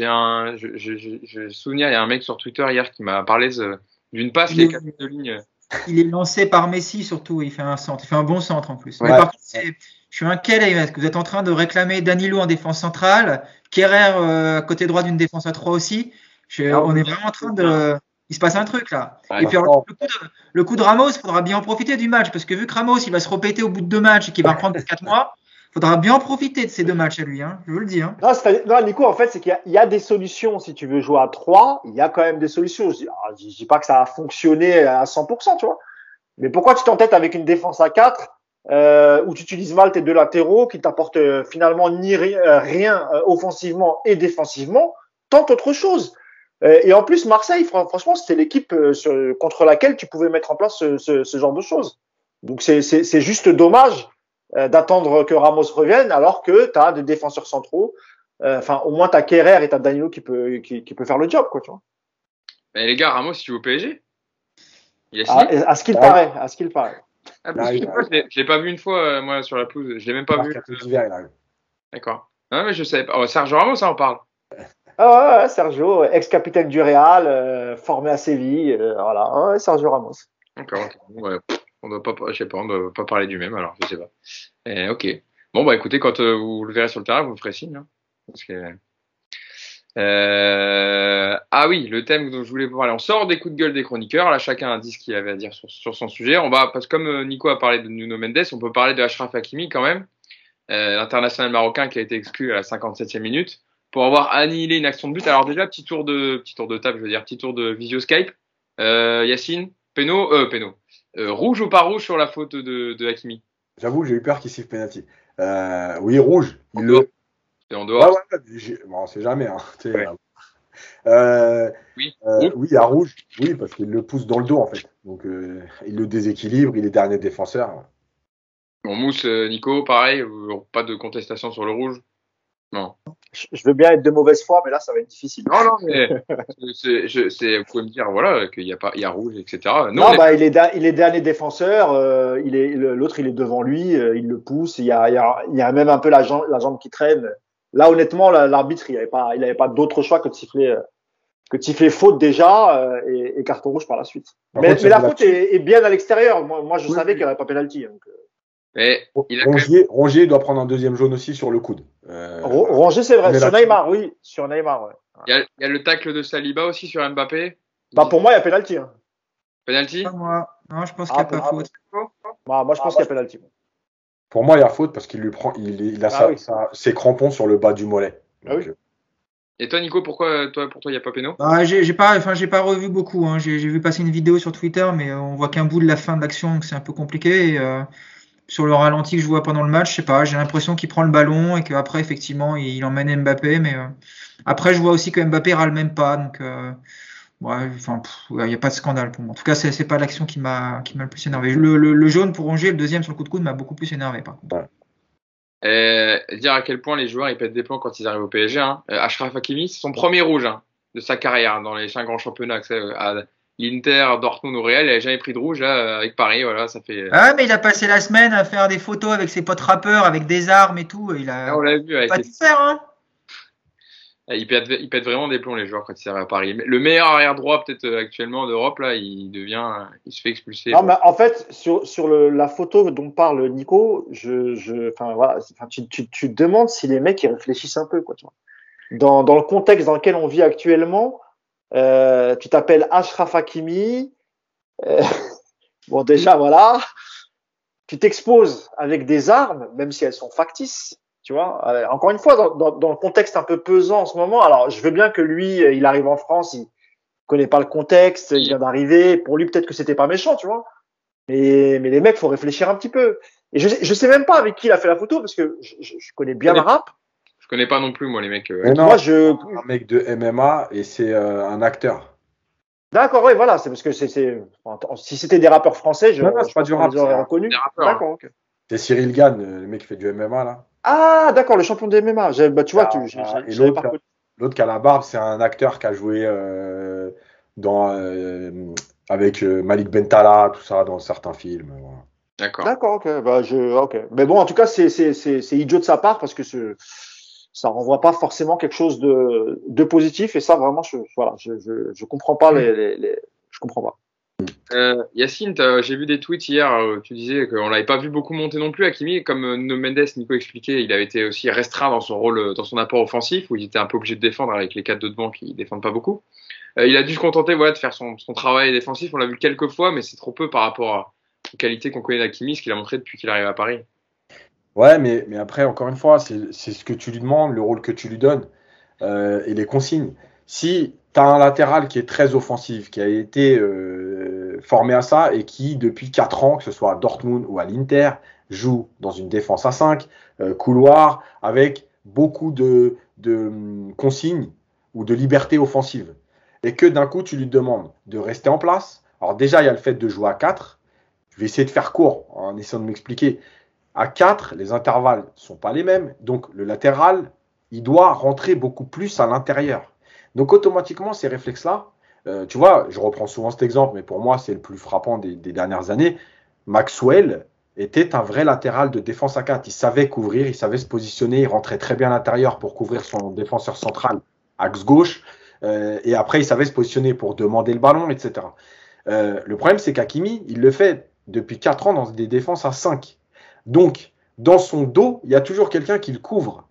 Je souviens, il y a un mec sur Twitter hier qui m'a parlé d'une passe qui est 4 de ligne. Il est lancé par Messi surtout. Il fait un centre, il fait un bon centre en plus. Ouais. Mais par contre, je suis inquiet là, parce que vous êtes en train de réclamer Danilo en défense centrale, Kehrer côté droit d'une défense à 3 aussi. On est vraiment en train de. Il se passe un truc là. Ouais, et puis alors, le coup de Ramos, il faudra bien en profiter du match, parce que vu que Ramos il va se repéter au bout de 2 matchs et qu'il va prendre 4 mois, il faudra bien en profiter de ces 2 matchs à lui, hein, je vous le dis. Hein. Non, Nico, en fait, c'est qu'il y a des solutions. Si tu veux jouer à 3, il y a quand même des solutions. Je dis pas que ça a fonctionné à 100%, tu vois. Mais pourquoi tu t'entêtes avec une défense à 4 où tu utilises mal tes 2 latéraux qui t'apportent finalement rien offensivement et défensivement? Tente autre chose. Et en plus, Marseille, franchement, c'était l'équipe contre laquelle tu pouvais mettre en place ce genre de choses. Donc, c'est juste dommage d'attendre que Ramos revienne alors que tu as des défenseurs centraux. Enfin, au moins, tu as Kerrer et tu as Danilo qui peut faire le job, quoi, tu vois. Mais les gars, Ramos, il joue au PSG. Il a signé. À ce qu'il paraît. Ah, parce que moi, je l'ai pas vu une fois, moi, sur la pelouse. Je l'ai même pas vu. D'accord. Non, mais je savais pas. Oh, Sergio Ramos, ça en parle. Ah ouais, Sergio, ex-capitaine du Real, formé à Séville, voilà, ouais, Sergio Ramos. D'accord. Ouais, on doit pas, je sais pas, on doit pas parler du même, alors je sais pas. Ok. Bon bah écoutez, quand vous le verrez sur le terrain, vous me ferez signe. Hein, parce que ah oui, le thème dont je voulais vous parler. On sort des coups de gueule des chroniqueurs. Là, chacun a dit ce qu'il avait à dire sur son sujet. Parce que comme Nico a parlé de Nuno Mendes, on peut parler de Achraf Hakimi quand même, l'international marocain qui a été exclu à la 57e minute pour avoir annihilé une action de but. Alors déjà, petit tour de table, je veux dire, petit tour de visio Skype. Yacine, péno. Rouge ou pas rouge sur la faute de Hakimi? J'avoue, j'ai eu peur qu'il siffle penalty. Oui, rouge. C'est en dehors. Bon, on sait jamais. Hein, ouais. Oui, à rouge. Oui, parce qu'il le pousse dans le dos en fait. Donc il le déséquilibre. Il est dernier défenseur. Bon, Mousse, Nico, pareil. Pas de contestation sur le rouge. Non. Je veux bien être de mauvaise foi, mais là, ça va être difficile. Non, mais vous pouvez me dire, voilà, qu'il y a rouge, etc. Non, il est dernier défenseur. L'autre, il est devant lui. Il le pousse. Il y a même un peu la jambe qui traîne. Là, honnêtement, l'arbitre, il avait pas d'autre choix que de siffler faute déjà et carton rouge par la suite. Mais la faute est bien à l'extérieur. Moi, je savais qu'il n'y aurait pas pénalty. Donc. Mais Rongier doit prendre un deuxième jaune aussi sur le coude. Rongier, c'est vrai. Sur Neymar, oui. Sur Neymar, ouais. Il y a le tacle de Saliba aussi sur Mbappé. Pour moi, il y a pénalty. Hein. Penalty? Moi. Non, je pense qu'il n'y a pas faute. Moi, je pense qu'il y a pénalty. Pour moi, il y a faute parce qu'il lui prend, il a ses crampons sur le bas du mollet. Donc, oui. Et toi, Nico, pour toi, il n'y a pas péno? J'ai pas revu beaucoup. Hein. J'ai vu passer une vidéo sur Twitter, mais on voit qu'un bout de la fin de l'action, donc c'est un peu compliqué. sur le ralenti que je vois pendant le match, je sais pas, j'ai l'impression qu'il prend le ballon et qu'après, effectivement, il emmène Mbappé. Mais après, je vois aussi que Mbappé râle même pas. Donc, ouais, enfin, il n'y a pas de scandale pour moi. En tout cas, c'est pas l'action qui m'a le plus énervé. Le jaune pour Angers, le deuxième sur le coup de coude, m'a beaucoup plus énervé, par contre. Ouais. Dire à quel point les joueurs ils pètent des plombs quand ils arrivent au PSG. Hein. Achraf Hakimi, c'est son premier rouge de sa carrière dans les 5 grands championnats. À l'Inter, Dortmund ou Real, il n'a jamais pris de rouge. Là, avec Paris, voilà, ça fait. Ah, mais il a passé la semaine à faire des photos avec ses potes rappeurs, avec des armes et tout. Et il a On l'a vu, pas tout faire, hein. Ils pètent vraiment des plombs les joueurs quand ils arrivent à Paris. Le meilleur arrière droit peut-être actuellement d'Europe là, il se fait expulser. Non, mais en fait, sur la photo dont parle Nico, enfin, voilà, tu te demandes si les mecs ils réfléchissent un peu, quoi, tu vois. Dans le contexte dans lequel on vit actuellement, tu t'appelles Achraf Hakimi. Bon, déjà, voilà. Tu t'exposes avec des armes, même si elles sont factices, tu vois. Encore une fois, dans le contexte un peu pesant en ce moment, alors je veux bien que lui, il arrive en France, il connaît pas le contexte, il vient d'arriver. Pour lui, peut-être que c'était pas méchant, tu vois. Mais les mecs, faut réfléchir un petit peu. Et je sais même pas avec qui il a fait la photo, parce que je connais bien le rap. Je connais pas non plus, moi, les mecs. Mais non, Moi, un mec de MMA et c'est un acteur. D'accord, oui, voilà, c'est parce que si c'était des rappeurs français, je Non, c'est pas pense du qu'on rap, les aurait c'est reconnus. des rappeurs, D'accord, ok. C'est Cyril Gann, le mec qui fait du MMA là. Ah, d'accord, le champion des MMA. Bah, tu vois, Et j'avais pas reconnu. l'autre qui a la barbe, c'est un acteur qui a joué avec Malik Bentala, tout ça, dans certains films. Voilà. D'accord. D'accord, ok. Bah, ok. Mais bon, en tout cas, c'est idiot de sa part parce que ça renvoie pas forcément quelque chose de positif. Et ça, vraiment, je comprends pas je comprends pas. Yacine, j'ai vu des tweets hier, tu disais qu'on l'avait pas vu beaucoup monter non plus, Hakimi, comme Nuno Mendes, Nico expliquait, il avait été aussi restreint dans son rôle, dans son apport offensif, où il était un peu obligé de défendre avec les 4 de devant qui défendent pas beaucoup. Il a dû se contenter, voilà, de faire son travail défensif, on l'a vu quelques fois, mais c'est trop peu par rapport aux qualités qu'on connaît d'Hakimi, ce qu'il a montré depuis qu'il arrive à Paris. Ouais, mais après, encore une fois, c'est ce que tu lui demandes, le rôle que tu lui donnes et les consignes. Si tu as un latéral qui est très offensif, qui a été formé à ça et qui, depuis 4 ans, que ce soit à Dortmund ou à l'Inter, joue dans une défense à 5, couloir, avec beaucoup de consignes ou de liberté offensive. Et que d'un coup, tu lui demandes de rester en place. Alors déjà, il y a le fait de jouer à 4. Je vais essayer de faire court en essayant de m'expliquer. À 4, les intervalles ne sont pas les mêmes. Donc, le latéral, il doit rentrer beaucoup plus à l'intérieur. Donc, automatiquement, ces réflexes-là, tu vois, je reprends souvent cet exemple, mais pour moi, c'est le plus frappant des dernières années. Maxwell était un vrai latéral de défense à 4. Il savait couvrir, il savait se positionner, il rentrait très bien à l'intérieur pour couvrir son défenseur central, axe gauche. Et après, il savait se positionner pour demander le ballon, etc. Le problème, c'est qu'Hakimi, il le fait depuis 4 ans dans des défenses à 5. Donc, dans son dos, il y a toujours quelqu'un qui le couvre.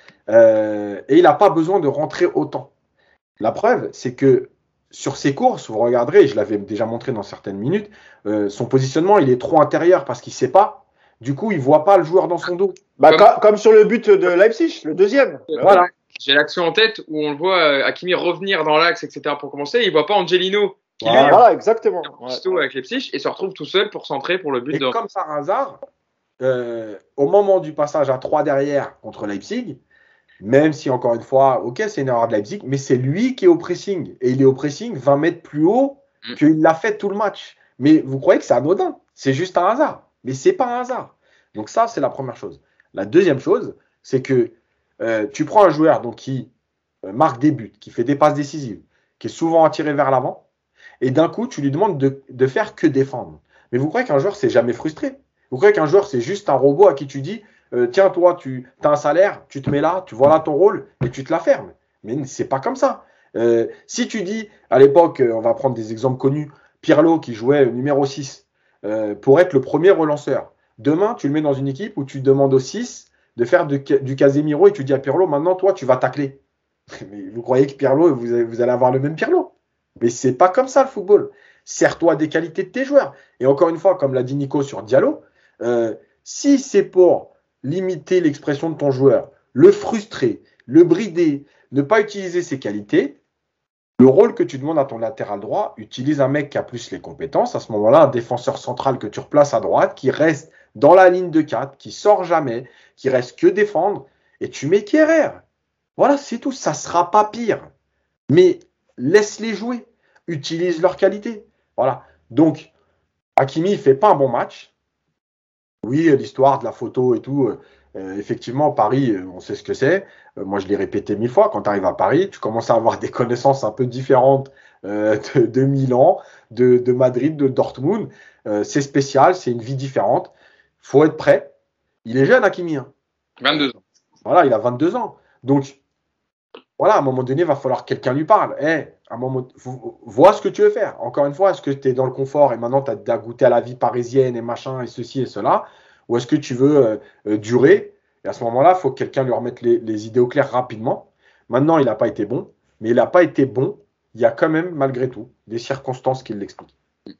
Et il n'a pas besoin de rentrer autant. La preuve, c'est que sur ses courses, vous regarderez, je l'avais déjà montré dans certaines minutes, son positionnement, il est trop intérieur parce qu'il ne sait pas. Du coup, il ne voit pas le joueur dans son dos. Bah, comme sur le but de Leipzig, le deuxième. Voilà. J'ai l'action en tête où on le voit Hakimi revenir dans l'axe, etc. pour commencer. Il ne voit pas Angelino qui lui voilà, exactement. avec Leipzig et se retrouve tout seul pour centrer pour le but et comme par hasard, au moment du passage à 3 derrière contre Leipzig, même si encore une fois, ok, c'est une erreur de Leipzig, mais c'est lui qui est au pressing. Et il est au pressing 20 mètres plus haut qu'il l'a fait tout le match. Mais vous croyez que c'est anodin? C'est juste un hasard. Mais c'est pas un hasard. Donc ça, c'est la première chose. La deuxième chose, c'est que tu prends un joueur donc, qui marque des buts, qui fait des passes décisives, qui est souvent attiré vers l'avant, et d'un coup, tu lui demandes de faire que défendre. Mais vous croyez qu'un joueur, c'est jamais frustré? Vous croyez qu'un joueur, c'est juste un robot à qui tu dis tiens, toi, tu as un salaire, tu te mets là, tu vois là ton rôle et tu te la fermes. Mais c'est pas comme ça. Si tu dis, à l'époque, on va prendre des exemples connus, Pirlo qui jouait numéro 6 pour être le premier relanceur. Demain, tu le mets dans une équipe où tu demandes au 6 de faire du Casemiro et tu dis à Pirlo, maintenant, toi, tu vas tacler. Mais vous croyez que Pirlo, vous allez avoir le même Pirlo? Mais c'est pas comme ça le football. Sers-toi des qualités de tes joueurs. Et encore une fois, comme l'a dit Nico sur Diallo, si c'est pour limiter l'expression de ton joueur, le frustrer, le brider, ne pas utiliser ses qualités, Le rôle que tu demandes à ton latéral droit, utilise un mec qui a plus les compétences. À ce moment-là, un défenseur central que tu replaces à droite, qui reste dans la ligne de 4, qui sort jamais, qui reste que défendre, et tu mets Kehrer. Voilà, c'est tout. Ça sera pas pire. Mais laisse-les jouer. Utilise leur qualité. Voilà. Donc, Hakimi, il fait pas un bon match. Oui, l'histoire de la photo et tout. Effectivement, Paris, on sait ce que c'est. Moi, je l'ai répété 1000 fois. Quand tu arrives à Paris, tu commences à avoir des connaissances un peu différentes de Milan, de Madrid, de Dortmund. C'est spécial, c'est une vie différente. Faut être prêt. Il est jeune, Hakimi. 22 ans. Voilà, il a 22 ans. Donc, voilà, à un moment donné, il va falloir que quelqu'un lui parle. À un moment, vois ce que tu veux faire. Encore une fois, est-ce que tu es dans le confort et maintenant tu as goûté à la vie parisienne et machin et ceci et cela, ou est-ce que tu veux durer? Et à ce moment-là, il faut que quelqu'un lui remette les idées au clair rapidement. Maintenant, il n'a pas été bon, mais il n'a pas été bon. Il y a quand même, malgré tout, des circonstances qui l'expliquent.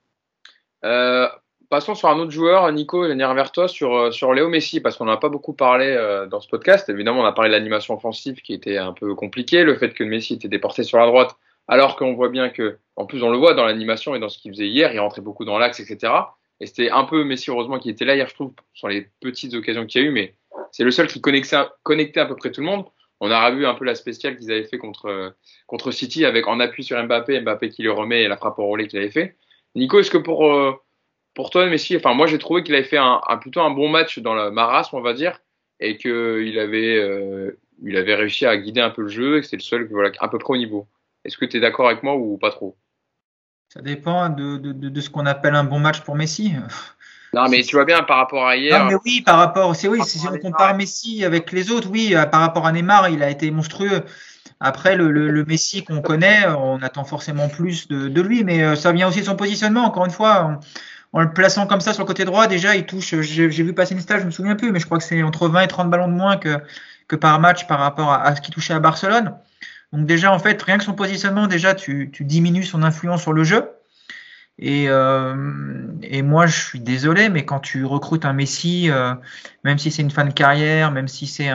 Passons sur un autre joueur, Nico, venir vers toi sur Léo Messi, parce qu'on n'en a pas beaucoup parlé dans ce podcast. Évidemment, on a parlé de l'animation offensive qui était un peu compliquée, le fait que Messi était déporté sur la droite, alors qu'on voit bien que, en plus, on le voit dans l'animation et dans ce qu'il faisait hier, il rentrait beaucoup dans l'axe, etc. Et c'était un peu Messi, heureusement, qui était là hier, je trouve, sur les petites occasions qu'il y a eu, mais c'est le seul qui connectait à peu près tout le monde. On a revu un peu la spéciale qu'ils avaient fait contre City avec en appui sur Mbappé qui le remet et la frappe au relais qu'il avait fait. Nico, est-ce que pour toi, Messi, enfin moi j'ai trouvé qu'il avait fait plutôt un bon match dans la marasme, on va dire, et qu'il avait réussi à guider un peu le jeu et que c'était le seul voilà, à peu près au niveau. Est-ce que tu es d'accord avec moi ou pas trop? Ça dépend de ce qu'on appelle un bon match pour Messi. Non, mais tu vois bien par rapport à hier. Non, mais oui, par rapport, si on compare Messi avec les autres, oui, par rapport à Neymar, il a été monstrueux. Après, le Messi qu'on connaît, on attend forcément plus de lui, mais ça vient aussi de son positionnement. Encore une fois, en le plaçant comme ça sur le côté droit, déjà, il touche, j'ai vu passer une stat, je me souviens plus, mais je crois que c'est entre 20 et 30 ballons de moins que par match par rapport à ce qu'il touchait à Barcelone. Donc déjà, en fait, rien que son positionnement, déjà, tu diminues son influence sur le jeu. Et moi, je suis désolé, mais quand tu recrutes un Messi, même si c'est une fin de carrière, même si c'est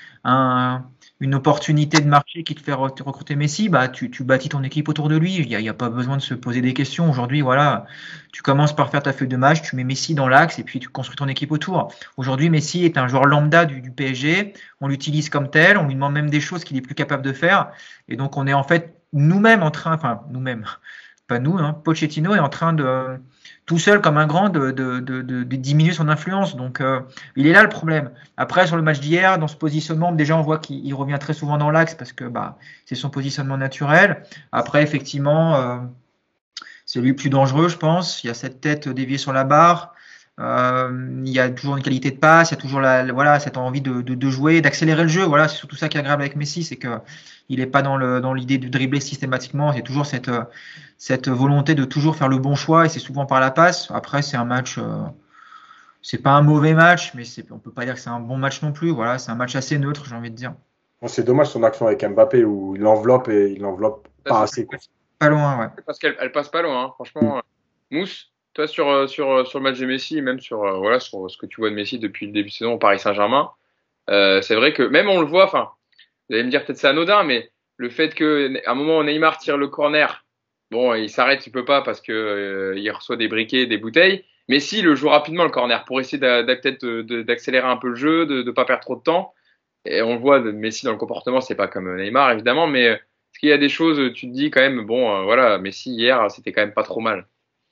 une opportunité de marché qui te fait recruter Messi, bah tu bâtis ton équipe autour de lui. Il y a pas besoin de se poser des questions. Aujourd'hui, voilà, tu commences par faire ta feuille de match, tu mets Messi dans l'axe et puis tu construis ton équipe autour. Aujourd'hui, Messi est un joueur lambda du PSG. On l'utilise comme tel, on lui demande même des choses qu'il est plus capable de faire. Et donc, on est en fait nous-mêmes nous-mêmes. Pas nous, hein, Pochettino est en train de tout seul comme un grand de diminuer son influence. Donc il est là le problème. Après sur le match d'hier, dans ce positionnement, déjà on voit qu'il revient très souvent dans l'axe parce que c'est son positionnement naturel. Après effectivement, c'est lui le plus dangereux, je pense. Il y a cette tête déviée sur la barre. Il y a toujours une qualité de passe, il y a toujours cette envie de jouer, d'accélérer le jeu. Voilà, c'est surtout ça qui est agréable avec Messi, c'est que il n'est pas dans l'idée de dribbler systématiquement. Il y a toujours cette volonté de toujours faire le bon choix et c'est souvent par la passe. Après, c'est un match, c'est pas un mauvais match, mais on peut pas dire que c'est un bon match non plus. Voilà, c'est un match assez neutre, j'ai envie de dire. Bon, c'est dommage son action avec Mbappé où il l'enveloppe pas assez. Quoi. Pas loin, ouais. Parce qu'elle passe pas loin, hein. Franchement. Mousse, toi sur le match de Messi et même sur ce que tu vois de Messi depuis le début de saison au Paris Saint-Germain, c'est vrai que même on le voit, enfin, vous allez me dire peut-être c'est anodin, mais le fait qu'à un moment où Neymar tire le corner, bon, il s'arrête, il peut pas parce que il reçoit des briquets, des bouteilles. Messi le joue rapidement le corner pour essayer peut-être d'accélérer un peu le jeu, de pas perdre trop de temps. Et on le voit de Messi dans le comportement, c'est pas comme Neymar évidemment, mais est-ce qu'il y a des choses, tu te dis quand même, bon, voilà, Messi hier, c'était quand même pas trop mal.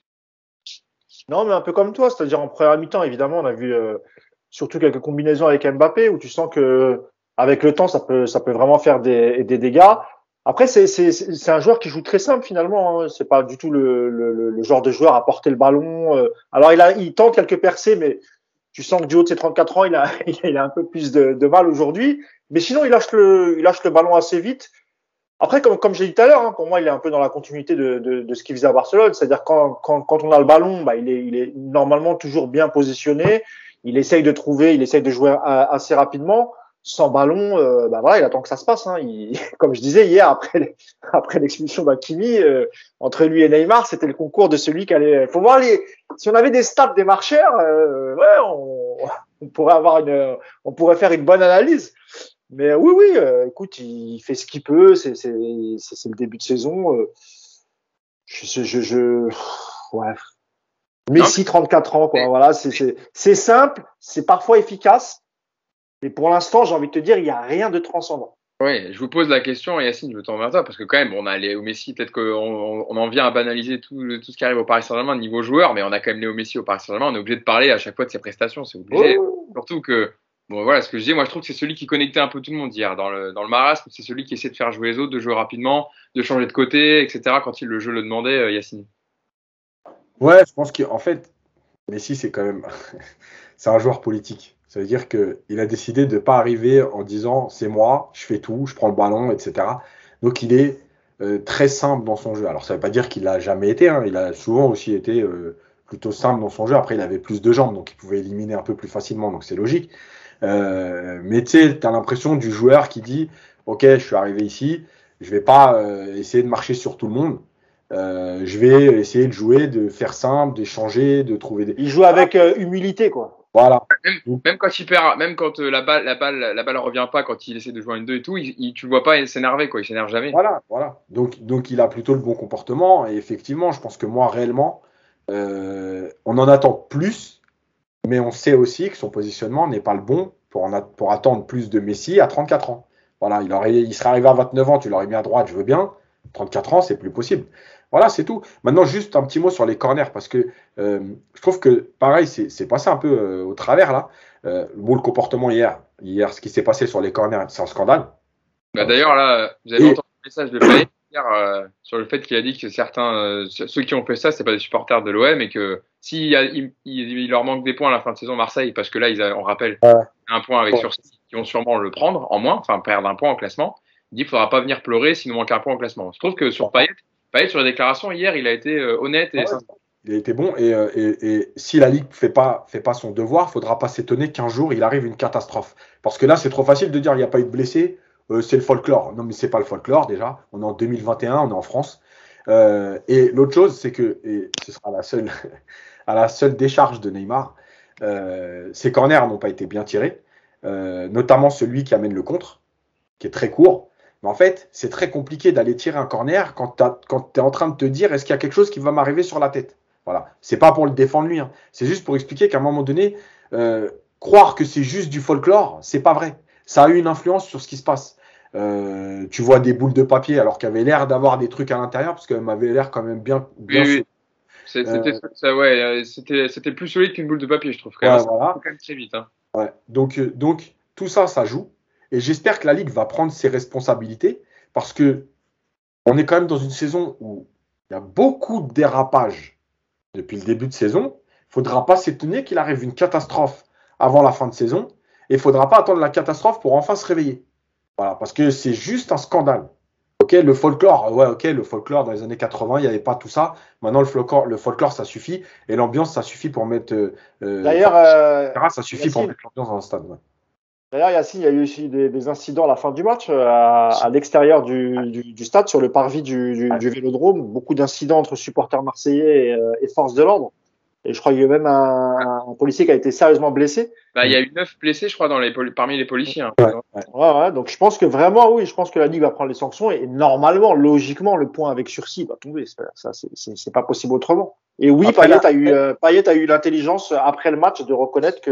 Non, mais un peu comme toi, c'est-à-dire en première mi-temps, évidemment, on a vu surtout quelques combinaisons avec Mbappé où tu sens que avec le temps, ça peut vraiment faire des dégâts. Après, c'est un joueur qui joue très simple finalement. Hein. C'est pas du tout le genre de joueur à porter le ballon. Alors il tente quelques percées, mais tu sens que du haut de ses 34 ans, il a un peu plus de mal aujourd'hui. Mais sinon, il lâche le ballon assez vite. Après, comme j'ai dit tout à l'heure, hein, pour moi, il est un peu dans la continuité de ce qu'il faisait à Barcelone. C'est-à-dire quand on a le ballon, il est normalement toujours bien positionné. Il essaye de jouer assez rapidement. Sans ballon, voilà, il attend que ça se passe. Hein. Comme je disais hier, après l'expulsion d'Hakimi, entre lui et Neymar, c'était le concours de celui qui allait. Faut voir si on avait des stats des marcheurs, on pourrait faire une bonne analyse. Mais oui, écoute, il fait ce qu'il peut. C'est le début de saison. Ouais. Messi, 34 ans, quoi. Voilà, c'est simple, c'est parfois efficace. Mais pour l'instant, j'ai envie de te dire, il n'y a rien de transcendant. Oui, je vous pose la question, Yacine, je me tourne vers toi, parce que quand même, on a Léo Messi, peut-être qu'on en vient à banaliser tout ce qui arrive au Paris Saint-Germain niveau joueur, mais on a quand même Léo Messi au Paris Saint-Germain, on est obligé de parler à chaque fois de ses prestations, c'est obligé. Surtout que, bon voilà, ce que je disais, moi je trouve que c'est celui qui connectait un peu tout le monde hier. Dans le marasme, c'est celui qui essaie de faire jouer les autres, de jouer rapidement, de changer de côté, etc. quand le jeu le demandait, Yacine. Ouais, je pense qu'en fait, Messi, c'est quand même c'est un joueur politique. Ça veut dire qu'il a décidé de ne pas arriver en disant c'est moi, je fais tout, je prends le ballon, etc. Donc il est très simple dans son jeu. Alors ça ne veut pas dire qu'il l'a jamais été, hein. Il a souvent aussi été plutôt simple dans son jeu. Après, il avait plus de jambes, donc il pouvait éliminer un peu plus facilement, donc c'est logique. Mais tu sais, tu as l'impression du joueur qui dit ok, je suis arrivé ici, je vais pas essayer de marcher sur tout le monde. Je vais essayer de jouer, de faire simple, d'échanger, de trouver des. Il joue avec humilité, quoi. Voilà. Même quand il perd, même quand la balle revient pas, quand il essaie de jouer à une 2 et tout, tu le vois pas s'énerver, quoi. Il s'énerve jamais. Voilà. Donc il a plutôt le bon comportement. Et effectivement, je pense que moi, réellement, on en attend plus, mais on sait aussi que son positionnement n'est pas le bon pour attendre plus de Messi à 34 ans. Voilà, il serait arrivé à 29 ans, tu l'aurais mis à droite, je veux bien. 34 ans, c'est plus possible. Voilà, c'est tout. Maintenant, juste un petit mot sur les corners, parce que je trouve que, pareil, c'est passé un peu au travers, là. Bon, le comportement hier, ce qui s'est passé sur les corners, c'est un scandale. Bah, d'ailleurs, là, vous avez entendu le message de Payet hier sur le fait qu'il a dit que certains, ceux qui ont fait ça, c'est pas des supporters de l'OM et que il leur manque des points à la fin de saison Marseille, parce que là, on rappelle, un point avec sursis, qui vont sûrement le prendre en moins, enfin perdre un point en classement. Il dit qu'il faudra pas venir pleurer s'il nous manque un point en classement. Je trouve que sur Payet, sur la déclaration hier, il a été honnête et sincère. Il a été bon et si la Ligue fait pas son devoir, il faudra pas s'étonner qu'un jour il arrive une catastrophe. Parce que là, c'est trop facile de dire il n'y a pas eu de blessés, c'est le folklore. Non, mais c'est pas le folklore déjà. On est en 2021, on est en France. Et l'autre chose, c'est que, et ce sera à la seule décharge de Neymar, ces corners n'ont pas été bien tirés, notamment celui qui amène le contre, qui est très court. Mais en fait, c'est très compliqué d'aller tirer un corner quand tu es en train de te dire est-ce qu'il y a quelque chose qui va m'arriver sur la tête. Voilà. C'est pas pour le défendre lui, hein. C'est juste pour expliquer qu'à un moment donné, croire que c'est juste du folklore, c'est pas vrai. Ça a eu une influence sur ce qui se passe. Tu vois des boules de papier alors qu'il y avait l'air d'avoir des trucs à l'intérieur parce qu'elle m'avait l'air quand même bien. Oui. C'était plus solide qu'une boule de papier, je trouve. Quand même. Voilà. Quand même très vite. Hein. Ouais. Donc tout ça, ça joue. Et j'espère que la Ligue va prendre ses responsabilités parce que on est quand même dans une saison où il y a beaucoup de dérapages depuis le début de saison. Il ne faudra pas s'étonner qu'il arrive une catastrophe avant la fin de saison et il ne faudra pas attendre la catastrophe pour enfin se réveiller. Voilà, parce que c'est juste un scandale. Ok, le folklore, le folklore dans les années 80, il n'y avait pas tout ça. Maintenant, le folklore, ça suffit et l'ambiance, ça suffit pour mettre. D'ailleurs, ça suffit pour mettre l'ambiance dans un stade. Ouais. D'ailleurs, Yacine, il y a eu aussi des incidents à la fin du match, à l'extérieur du stade, sur le parvis du Vélodrome. Beaucoup d'incidents entre supporters marseillais et forces de l'ordre. Et je crois qu'il y a même un policier qui a été sérieusement blessé. Bah, il y a eu 9 blessés, je crois, parmi les policiers. Hein. Ouais. Donc je pense que vraiment, oui, je pense que la Ligue va prendre les sanctions et normalement, logiquement, le point avec sursis va tomber. Ça, c'est pas possible autrement. Et oui, Payet a eu l'intelligence après le match de reconnaître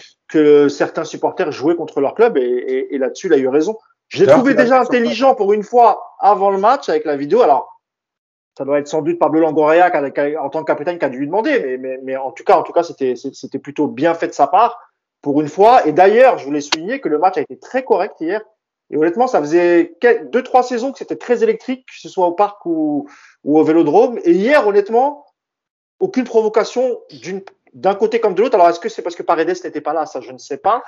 que certains supporters jouaient contre leur club et là-dessus, il a eu raison. Je l'ai trouvé déjà intelligent pour une fois avant le match avec la vidéo. Alors, ça doit être sans doute Pablo Longoria en tant que capitaine qui a dû lui demander, mais en tout cas, c'était plutôt bien fait de sa part pour une fois. Et d'ailleurs, je voulais souligner que le match a été très correct hier. Et honnêtement, ça faisait 2-3 saisons que c'était très électrique, que ce soit au parc ou au Vélodrome. Et hier, honnêtement, aucune provocation d'un côté comme de l'autre. Alors, est-ce que c'est parce que Paredes n'était pas là? Ça, je ne sais pas.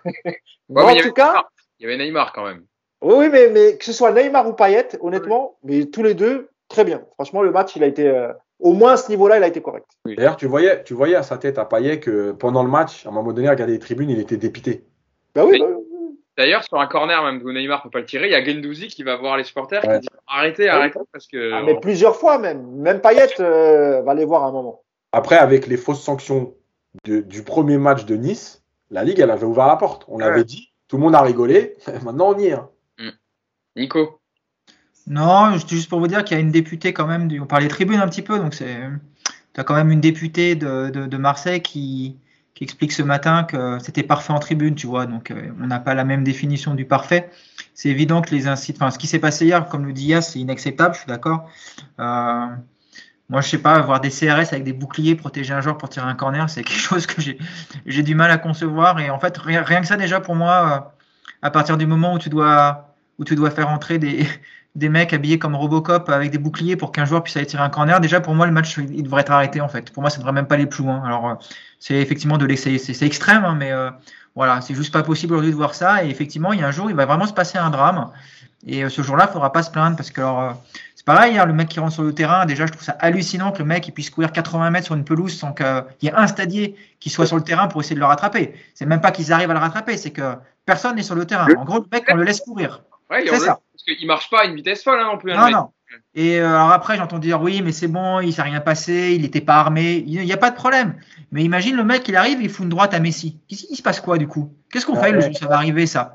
Mais en tout cas, il y avait Neymar quand même. Oui, mais que ce soit Neymar ou Payet, honnêtement, mais tous les deux, très bien. Franchement, le match, il a été, au moins à ce niveau-là, il a été correct. D'ailleurs, tu voyais à sa tête à Payet que pendant le match, à un moment donné, regarder les tribunes, il était dépité. Bah oui. D'ailleurs, sur un corner, même où Neymar peut pas le tirer, il y a Guendouzi qui va voir les supporters qui dit arrêtez, parce que. Mais plusieurs fois même Payet va les voir à un moment. Après, avec les fausses sanctions du premier match de Nice, la Ligue, elle avait ouvert la porte. On l'avait dit. Tout le monde a rigolé. Maintenant, on y est. Hein. Nico. Non, juste pour vous dire qu'il y a une députée quand même, on parlait tribune un petit peu, donc tu as quand même une députée de Marseille qui explique ce matin que c'était parfait en tribune, tu vois, donc on n'a pas la même définition du parfait. C'est évident que ce qui s'est passé hier, comme le dit Yas, c'est inacceptable, je suis d'accord. Moi, je sais pas, avoir des CRS avec des boucliers, protéger un joueur pour tirer un corner, c'est quelque chose que j'ai du mal à concevoir. Et en fait, rien que ça, déjà, pour moi, à partir du moment où tu dois faire entrer des mecs habillés comme Robocop avec des boucliers pour qu'un joueur puisse aller tirer un corner, déjà, pour moi, le match, il devrait être arrêté, en fait. Pour moi, ça devrait même pas aller plus loin. Alors, c'est effectivement de l'essayer. C'est extrême, hein, mais voilà, c'est juste pas possible aujourd'hui de voir ça. Et effectivement, il y a un jour, il va vraiment se passer un drame. Et ce jour-là, il faudra pas se plaindre parce que c'est pareil, hein, le mec qui rentre sur le terrain, déjà, je trouve ça hallucinant que le mec il puisse courir 80 mètres sur une pelouse sans qu'il y ait un stadier qui soit sur le terrain pour essayer de le rattraper. C'est même pas qu'ils arrivent à le rattraper, c'est que personne n'est sur le terrain. En gros, le mec, on le laisse courir. Ouais, c'est ça. Parce qu'il marche pas à une vitesse folle non plus. Non. Et alors après, j'entends dire oui, mais c'est bon, il s'est rien passé, il n'était pas armé, il n'y a pas de problème. Mais imagine le mec, il arrive, il fout une droite à Messi. Il se passe quoi du coup? Qu'est-ce qu'on fait le jour où ça va arriver ça?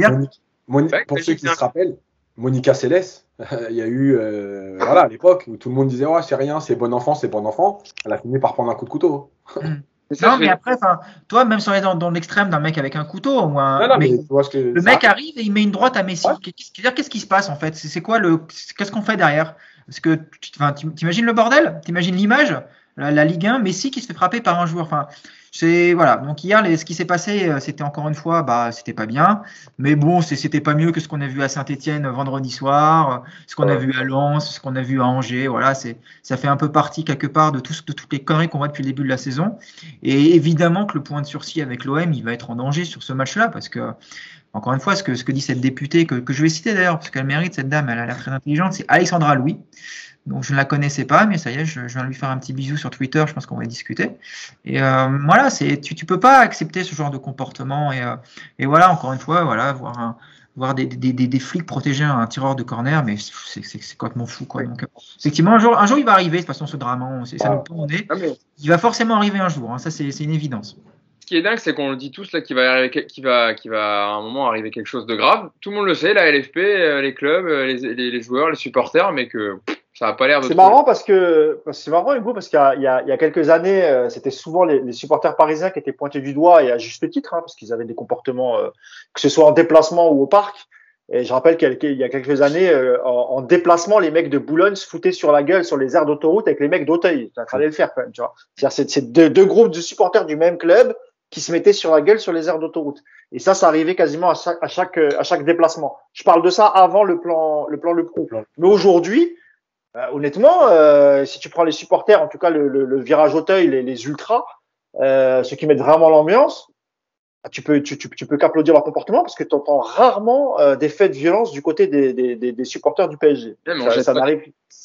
Pour ceux qui se rappellent, Monica Seles, il y a eu à l'époque où tout le monde disait c'est rien, c'est bon enfant. Elle a fini par prendre un coup de couteau. Non, mais après, toi, même si on est dans l'extrême d'un mec avec un couteau, ou le mec arrive et il met une droite à Messi. Ouais. Qu'est-ce qui se passe en fait? C'est quoi qu'est-ce qu'on fait derrière? Parce que t'imagines le bordel? T'imagines l'image? La Ligue 1, Messi qui se fait frapper par un joueur. Enfin, voilà. Donc hier, ce qui s'est passé, c'était encore une fois, c'était pas bien. Mais bon, c'était pas mieux que ce qu'on a vu à Saint-Etienne vendredi soir, ce qu'on a vu à Lens, ce qu'on a vu à Angers. Voilà, ça fait un peu partie quelque part de toutes les conneries qu'on voit depuis le début de la saison. Et évidemment que le point de sursis avec l'OM, il va être en danger sur ce match-là parce que, encore une fois, ce que dit cette députée, que je vais citer d'ailleurs, parce qu'elle mérite, cette dame, elle a l'air très intelligente, c'est Alexandra Louis. Donc je ne la connaissais pas, mais ça y est, je viens de lui faire un petit bisou sur Twitter, je pense qu'on va discuter. Et voilà, tu peux pas accepter ce genre de comportement. Et voilà, encore une fois, voilà, voir des flics protéger un tireur de corner, mais c'est complètement fou, quoi. Donc, effectivement, un jour, il va arriver, de toute façon, ce drame, ça nous pend au nez. Il va forcément arriver un jour, hein, ça c'est une évidence. Ce qui est dingue, c'est qu'on le dit tous là, qu'il va à un moment arriver quelque chose de grave. Tout le monde le sait, la LFP, les clubs, les joueurs, les supporters, mais que ça n'a pas l'air de. C'est marrant parce que c'est marrant, Hugo, parce qu'il y a quelques années, c'était souvent les supporters parisiens qui étaient pointés du doigt, et à juste titre, hein, parce qu'ils avaient des comportements, que ce soit en déplacement ou au parc. Et je rappelle qu'il y a quelques années, en déplacement, les mecs de Boulogne se foutaient sur la gueule sur les aires d'autoroute avec les mecs d'Auteuil. Il fallait le faire quand même, tu vois. C'est deux groupes de supporters du même club qui se mettaient sur la gueule sur les aires d'autoroute. Et ça arrivait quasiment à chaque déplacement. Je parle de ça avant le plan Le Pro. Mais aujourd'hui, honnêtement, si tu prends les supporters, en tout cas le virage Auteuil, les ultras, ceux qui mettent vraiment l'ambiance, tu peux qu'applaudir leur comportement parce que tu entends rarement des faits de violence du côté des supporters du PSG. Ça n'arrive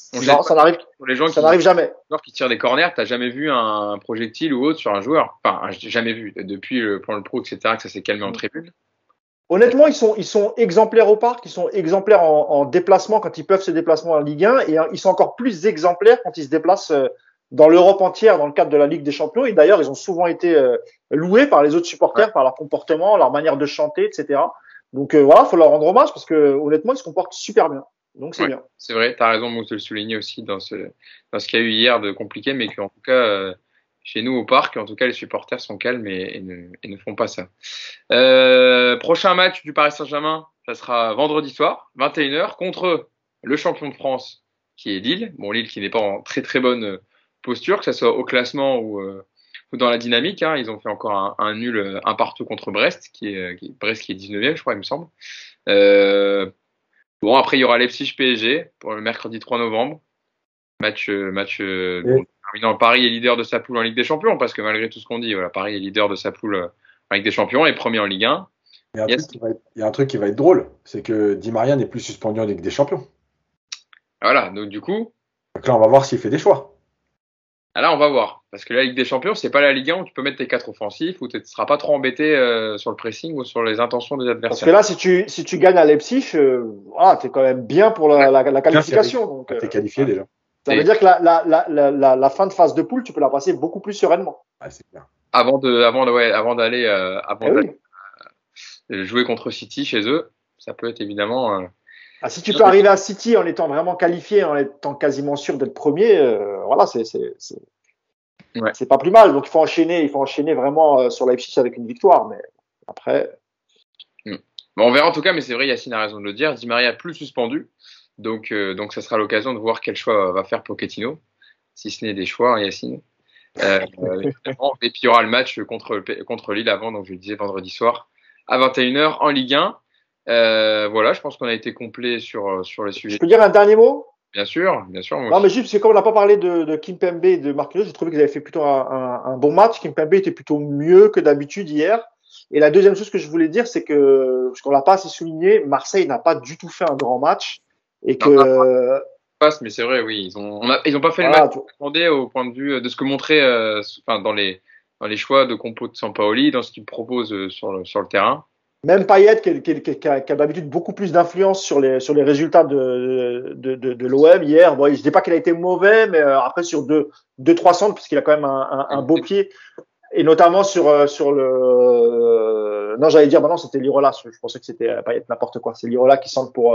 jamais. Joueur qui tire des corners, t'as jamais vu un projectile ou autre sur un joueur? Enfin, j'ai jamais vu depuis le plan Le Pro, etc. que ça s'est calmé en tribune. Honnêtement, ils sont exemplaires au parc, ils sont exemplaires en déplacement quand ils peuvent se déplacer en Ligue 1 et ils sont encore plus exemplaires quand ils se déplacent dans l'Europe entière dans le cadre de la Ligue des Champions. Et d'ailleurs, ils ont souvent été loués par les autres supporters, par leur comportement, leur manière de chanter, etc. Donc voilà, faut leur rendre hommage parce que honnêtement, ils se comportent super bien. Donc c'est bien. C'est vrai, t'as raison de le souligner aussi dans ce qu'il y a eu hier de compliqué, mais qu'en tout cas, chez nous au parc, en tout cas, les supporters sont calmes et ne font pas ça. Prochain match du Paris Saint-Germain, ça sera vendredi soir, 21h, contre le champion de France, qui est Lille. Bon, Lille qui n'est pas en très très bonne posture, que ce soit au classement ou dans la dynamique. Hein. Ils ont fait encore un nul, un partout contre Brest, Brest qui est 19e, je crois, il me semble. Bon, après, il y aura Leipzig-PSG pour le mercredi 3 novembre. Match terminant. Paris est leader de sa poule en Ligue des Champions, parce que malgré tout ce qu'on dit, voilà, Paris est leader de sa poule en Ligue des Champions et premier en Ligue 1. Il y a un truc qui va être drôle, c'est que Di Maria n'est plus suspendu en Ligue des Champions. Voilà, donc du coup. Donc là, on va voir s'il fait des choix. Là, on va voir. Parce que la Ligue des Champions, c'est pas la Ligue 1 où tu peux mettre tes 4 offensifs, où tu ne seras pas trop embêté sur le pressing ou sur les intentions des adversaires. Parce que là, si tu gagnes à Leipzig, t'es quand même bien pour la qualification. Donc, t'es qualifié déjà. Ça veut dire que la fin de phase de poule, tu peux la passer beaucoup plus sereinement. Ah, c'est clair. Avant d'aller jouer contre City chez eux, ça peut être évidemment. Si tu peux arriver à City en étant vraiment qualifié, en étant quasiment sûr d'être premier, voilà, c'est pas plus mal. Donc il faut enchaîner vraiment sur Leipzig avec une victoire. Mais après. Bon, on verra en tout cas, mais c'est vrai, Yacine a raison de le dire. Di Maria plus suspendu, donc ça sera l'occasion de voir quel choix va faire Pochettino, si ce n'est des choix, hein, Yacine. Et puis il y aura le match contre Lille avant, donc je le disais vendredi soir à 21h en Ligue 1. Voilà, je pense qu'on a été complet sur le sujet. Je peux dire un dernier mot? Bien sûr. Non, mais juste parce que comme on n'a pas parlé de Kimpembe et de Marquinhos, j'ai trouvé qu'ils avaient fait plutôt un bon match. Kimpembe était plutôt mieux que d'habitude hier. Et la deuxième chose que je voulais dire, c'est que, parce qu'on l'a pas assez souligné, Marseille n'a pas du tout fait un grand match. Et que. Mais c'est vrai, oui. Ils ont pas fait le match demandé au point de vue de ce que montrait, dans les choix de compo de Sampaoli, dans ce qu'il propose sur le terrain. Même Payet, qui a d'habitude beaucoup plus d'influence sur les résultats de l'OM hier. Bon, je dis pas qu'il a été mauvais, mais après sur deux 3 centres, parce qu'il a quand même un beau pied. Et notamment sur le, non, j'allais dire, non, c'était Lirola. Je pensais que c'était Payet, n'importe quoi. C'est Lirola qui centre pour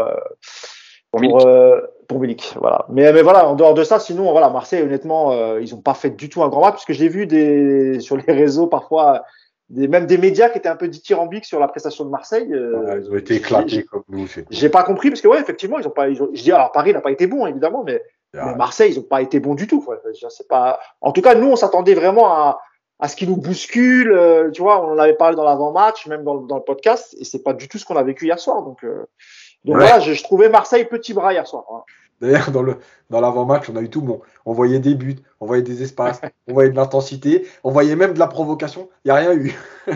Milik. Voilà. Mais voilà, en dehors de ça, sinon, voilà, Marseille, honnêtement, ils ont pas fait du tout un grand match, parce que j'ai vu sur les réseaux, parfois, même des médias qui étaient un peu dithyrambiques sur la prestation de Marseille. Ils ont été éclatés comme nous. J'ai pas compris, parce que ouais, effectivement, je dis, alors Paris n'a pas été bon, évidemment, mais Marseille, ils ont pas été bons du tout, quoi. C'est pas, en tout cas, nous, on s'attendait vraiment à ce qui nous bouscule, tu vois, on en avait parlé dans l'avant-match, même dans le podcast, et c'est pas du tout ce qu'on a vécu hier soir. Donc voilà, je trouvais Marseille petit bras hier soir. Hein. D'ailleurs, dans l'avant-match, on a eu tout bon. On voyait des buts, on voyait des espaces, on voyait de l'intensité, on voyait même de la provocation. Il n'y a rien eu.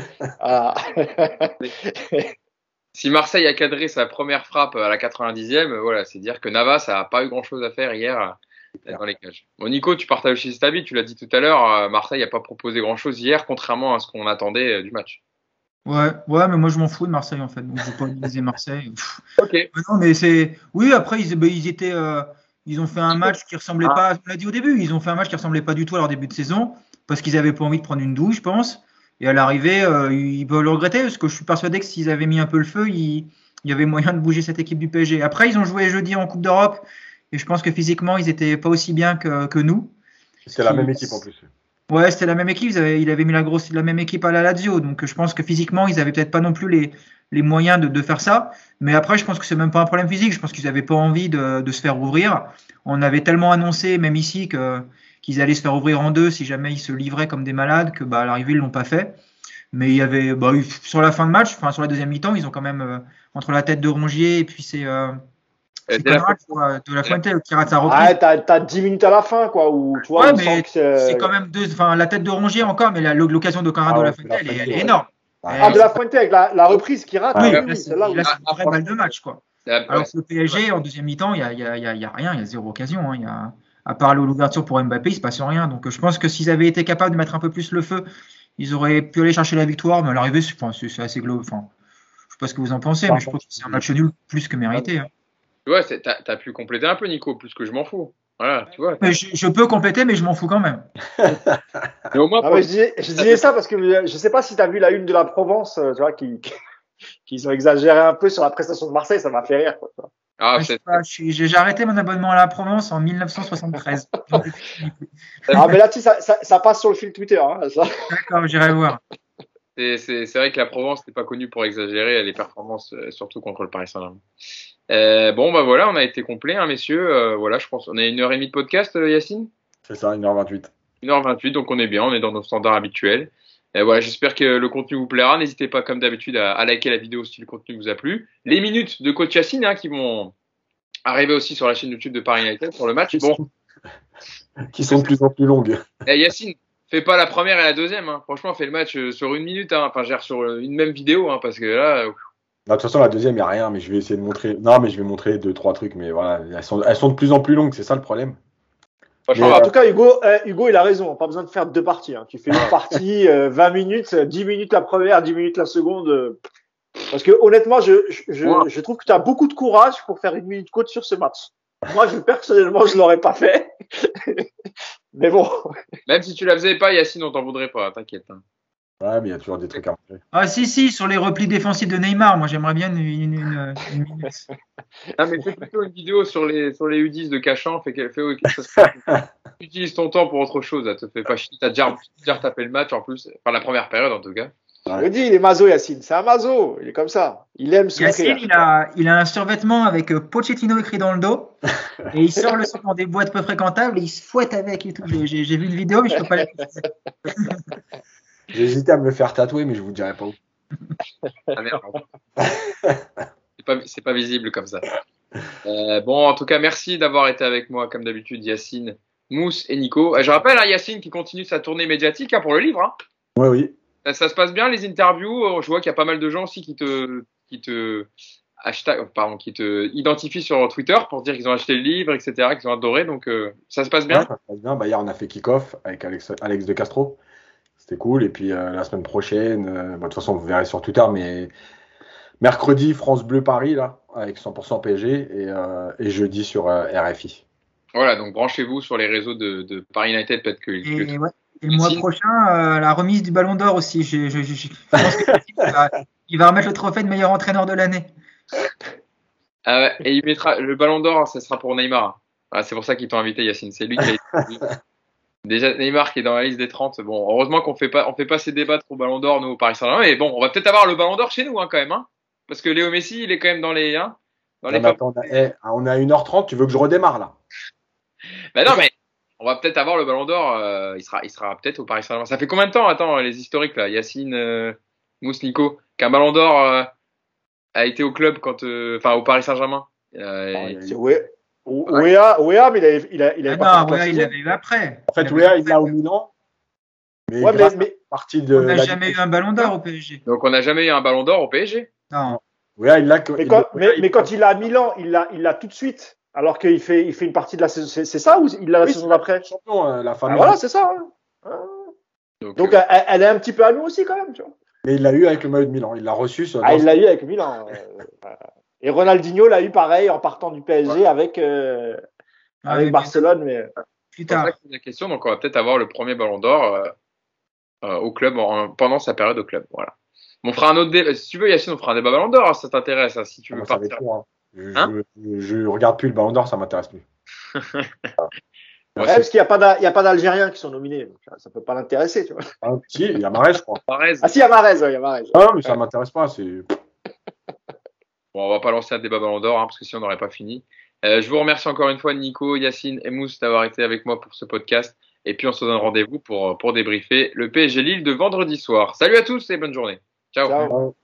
Si Marseille a cadré sa première frappe à la 90e, voilà, c'est dire que Navas n'a pas eu grand-chose à faire hier dans les cages. Bon, Nico, tu partages aussi cet avis, tu l'as dit tout à l'heure, Marseille n'a pas proposé grand-chose hier, contrairement à ce qu'on attendait du match. Ouais, mais moi je m'en fous de Marseille en fait, donc je vais pas utiliser Marseille. Ok. Non, mais oui, après ils ont fait un match qui ressemblait pas, on l'a dit au début, ils ont fait un match qui ressemblait pas du tout à leur début de saison, parce qu'ils avaient pas envie de prendre une douche, je pense. Et à l'arrivée, ils peuvent le regretter, parce que je suis persuadé que s'ils avaient mis un peu le feu, il y avait moyen de bouger cette équipe du PSG. Après, ils ont joué jeudi en Coupe d'Europe, et je pense que physiquement, ils étaient pas aussi bien que nous. C'est la même équipe en plus. Ouais, c'était la même équipe. Il avait mis la même équipe à la Lazio, donc je pense que physiquement, ils avaient peut-être pas non plus les moyens de faire ça. Mais après, je pense que c'est même pas un problème physique. Je pense qu'ils avaient pas envie de se faire ouvrir. On avait tellement annoncé, même ici, qu'ils allaient se faire ouvrir en deux si jamais ils se livraient comme des malades, que à l'arrivée ils l'ont pas fait. Mais il y avait sur la fin de match, enfin sur la deuxième mi-temps, ils ont quand même entre la tête de Rongier et puis c'est de la Fuente qui rate sa reprise. Ouais, t'as 10 minutes à la fin, quoi. Où, tu vois, ouais, mais c'est quand même la tête de Rongier encore, mais l'occasion de Conrad de la Fuente, elle est énorme. De la Fuente avec la reprise qui rate. Oui, là, c'est une vraie balle de match, quoi. Alors que le PSG, en deuxième mi-temps, il y a rien, il y a zéro occasion. Hein, à part l'ouverture pour Mbappé, il se passe rien. Donc je pense que s'ils avaient été capables de mettre un peu plus le feu, ils auraient pu aller chercher la victoire. Mais à l'arrivée, c'est assez global. Enfin, je sais pas ce que vous en pensez, mais je pense que c'est un match nul plus que mérité. Hein. Ouais, t'as pu compléter un peu, Nico, plus que je m'en fous. Voilà, tu vois. Mais je peux compléter, mais je m'en fous quand même. Mais au moins, je disais ça parce que je sais pas si tu as vu la une de la Provence, tu vois, qu'ils ont exagéré un peu sur la prestation de Marseille, ça m'a fait rire. Quoi. J'ai arrêté mon abonnement à la Provence en 1973. Mais là, tu sais, ça passe sur le fil Twitter. Hein, ça. D'accord, j'irai voir. C'est vrai que la Provence n'est pas connue pour exagérer les performances, surtout contre le Paris Saint-Germain. Voilà, on a été complet, hein, messieurs. Voilà, je pense qu'on a 1h30 de podcast, Yacine. C'est ça, 1h28. 1h28, donc on est bien, on est dans nos standards habituels. Voilà, j'espère que le contenu vous plaira. N'hésitez pas, comme d'habitude, à liker la vidéo si le contenu vous a plu. Les minutes de coach Yacine, hein, qui vont arriver aussi sur la chaîne YouTube de Paris United pour le match. Qui sont de plus en plus longues. Yacine, fais pas la première et la deuxième. Hein. Franchement, fais le match sur 1 minute. Hein. Enfin, gère sur une même vidéo, hein, parce que là. De toute façon, la deuxième, il n'y a rien, mais je vais essayer de montrer. Non, mais je vais montrer 2-3 trucs, mais voilà, elles sont de plus en plus longues, c'est ça le problème. En tout cas, Hugo, il a raison. Pas besoin de faire 2 parties. Hein. Tu fais une partie, 20 minutes, 10 minutes la première, 10 minutes la seconde. Parce que honnêtement, je trouve que tu as beaucoup de courage pour faire 1 minute coach sur ce match. Moi, personnellement, je l'aurais pas fait. Mais bon. Même si tu la faisais pas, Yacine, on t'en voudrait pas, t'inquiète. Hein. Ouais, mais il y a toujours des trucs à manger. Ah si, sur les replis défensifs de Neymar, moi j'aimerais bien une minute. Non, mais fais plutôt une vidéo sur les U10 de Cachan. Utilise ton temps pour autre chose. Ça te fait pas chier. T'as déjà tapé le match en plus. Enfin, la première période en tout cas. Je le dis, il est maso, Yacine. C'est un maso. Il est comme ça. Il aime souffrir. Yacine, il a un survêtement avec Pochettino écrit dans le dos. Et il sort le son dans des boîtes peu fréquentables et il se fouette avec et tout. J'ai vu une vidéo, mais je peux pas la préciser. J'ai hésité à me le faire tatouer, mais je vous dirai pas où. Ah merde. C'est pas visible comme ça. Bon, en tout cas, merci d'avoir été avec moi, comme d'habitude, Yacine, Mousse et Nico. Je rappelle, Yacine qui continue sa tournée médiatique pour le livre. Hein. Oui. Ça se passe bien, les interviews. Je vois qu'il y a pas mal de gens aussi qui te identifient sur Twitter pour dire qu'ils ont acheté le livre, etc., qu'ils ont adoré. Donc, ça se passe bien. Ouais, ça se passe bien. Hier, on a fait kick-off avec Alex de Castro. C'était cool. Et puis, la semaine prochaine, de toute façon, vous verrez sur Twitter, mais mercredi, France Bleu Paris, là, avec 100% PSG, et jeudi sur RFI. Voilà, donc branchez-vous sur les réseaux de Paris United, peut-être que. Et le mois prochain, la remise du Ballon d'Or aussi. Je pense qu'il va remettre le trophée de meilleur entraîneur de l'année. Et il mettra le Ballon d'Or, ça sera pour Neymar. C'est pour ça qu'ils t'ont invité, Yacine. C'est lui qui a déjà Neymar qui est dans la liste des 30. Bon, heureusement qu'on fait pas ces débats trop Ballon d'Or, nous, au Paris Saint-Germain. Mais bon, on va peut-être avoir le Ballon d'Or chez nous, quand même. Parce que Léo Messi, il est quand même dans les. On est à 1h30, tu veux que je redémarre là? Ben non, mais on va peut-être avoir le Ballon d'Or. Il sera peut-être au Paris Saint-Germain. Ça fait combien de temps, les historiques là, Yacine, Mousse, Nico, qu'un Ballon d'Or a été au club au Paris Saint-Germain? Wea, mais il avait pas. Non, il l'avait eu après. En fait, Wea, il l'a au Milan. Mais partie de. On n'a jamais eu un Ballon d'Or au PSG. Donc on n'a jamais eu un Ballon d'Or au PSG. Non. Wea, il l'a. Mais quand il est à Milan, il l'a tout de suite. Alors qu'il fait une partie de la saison. C'est ça ou il l'a la saison d'après? Champion, la famille. Voilà, c'est ça. Donc elle est un petit peu à nous aussi quand même, tu vois. Mais il l'a eu avec le maillot de Milan. Il l'a reçu. Il l'a eu avec Milan. Et Ronaldinho l'a eu pareil en partant du PSG avec Barcelone, mais plus tard. C'est ça la question. Donc on va peut-être avoir le premier Ballon d'Or au club pendant sa période au club. Voilà. On fera un autre débat. Si tu veux, Yacine, on fera un débat Ballon d'Or. Ça t'intéresse, si tu veux partir. Je regarde plus le Ballon d'Or, ça m'intéresse plus. Parce qu'il n'y a pas d'Algériens qui sont nominés. Donc ça peut pas l'intéresser, tu vois. Si, il y a Mahrez, je crois. Si, il y a Mahrez, il y a Mahrez. Ah, mais ça m'intéresse pas. Bon, on va pas lancer un débat Ballon d'Or, parce que sinon on n'aurait pas fini. Je vous remercie encore une fois, Nico, Yacine et Mousse, d'avoir été avec moi pour ce podcast. Et puis on se donne rendez-vous pour débriefer le PSG Lille de vendredi soir. Salut à tous et bonne journée. Ciao.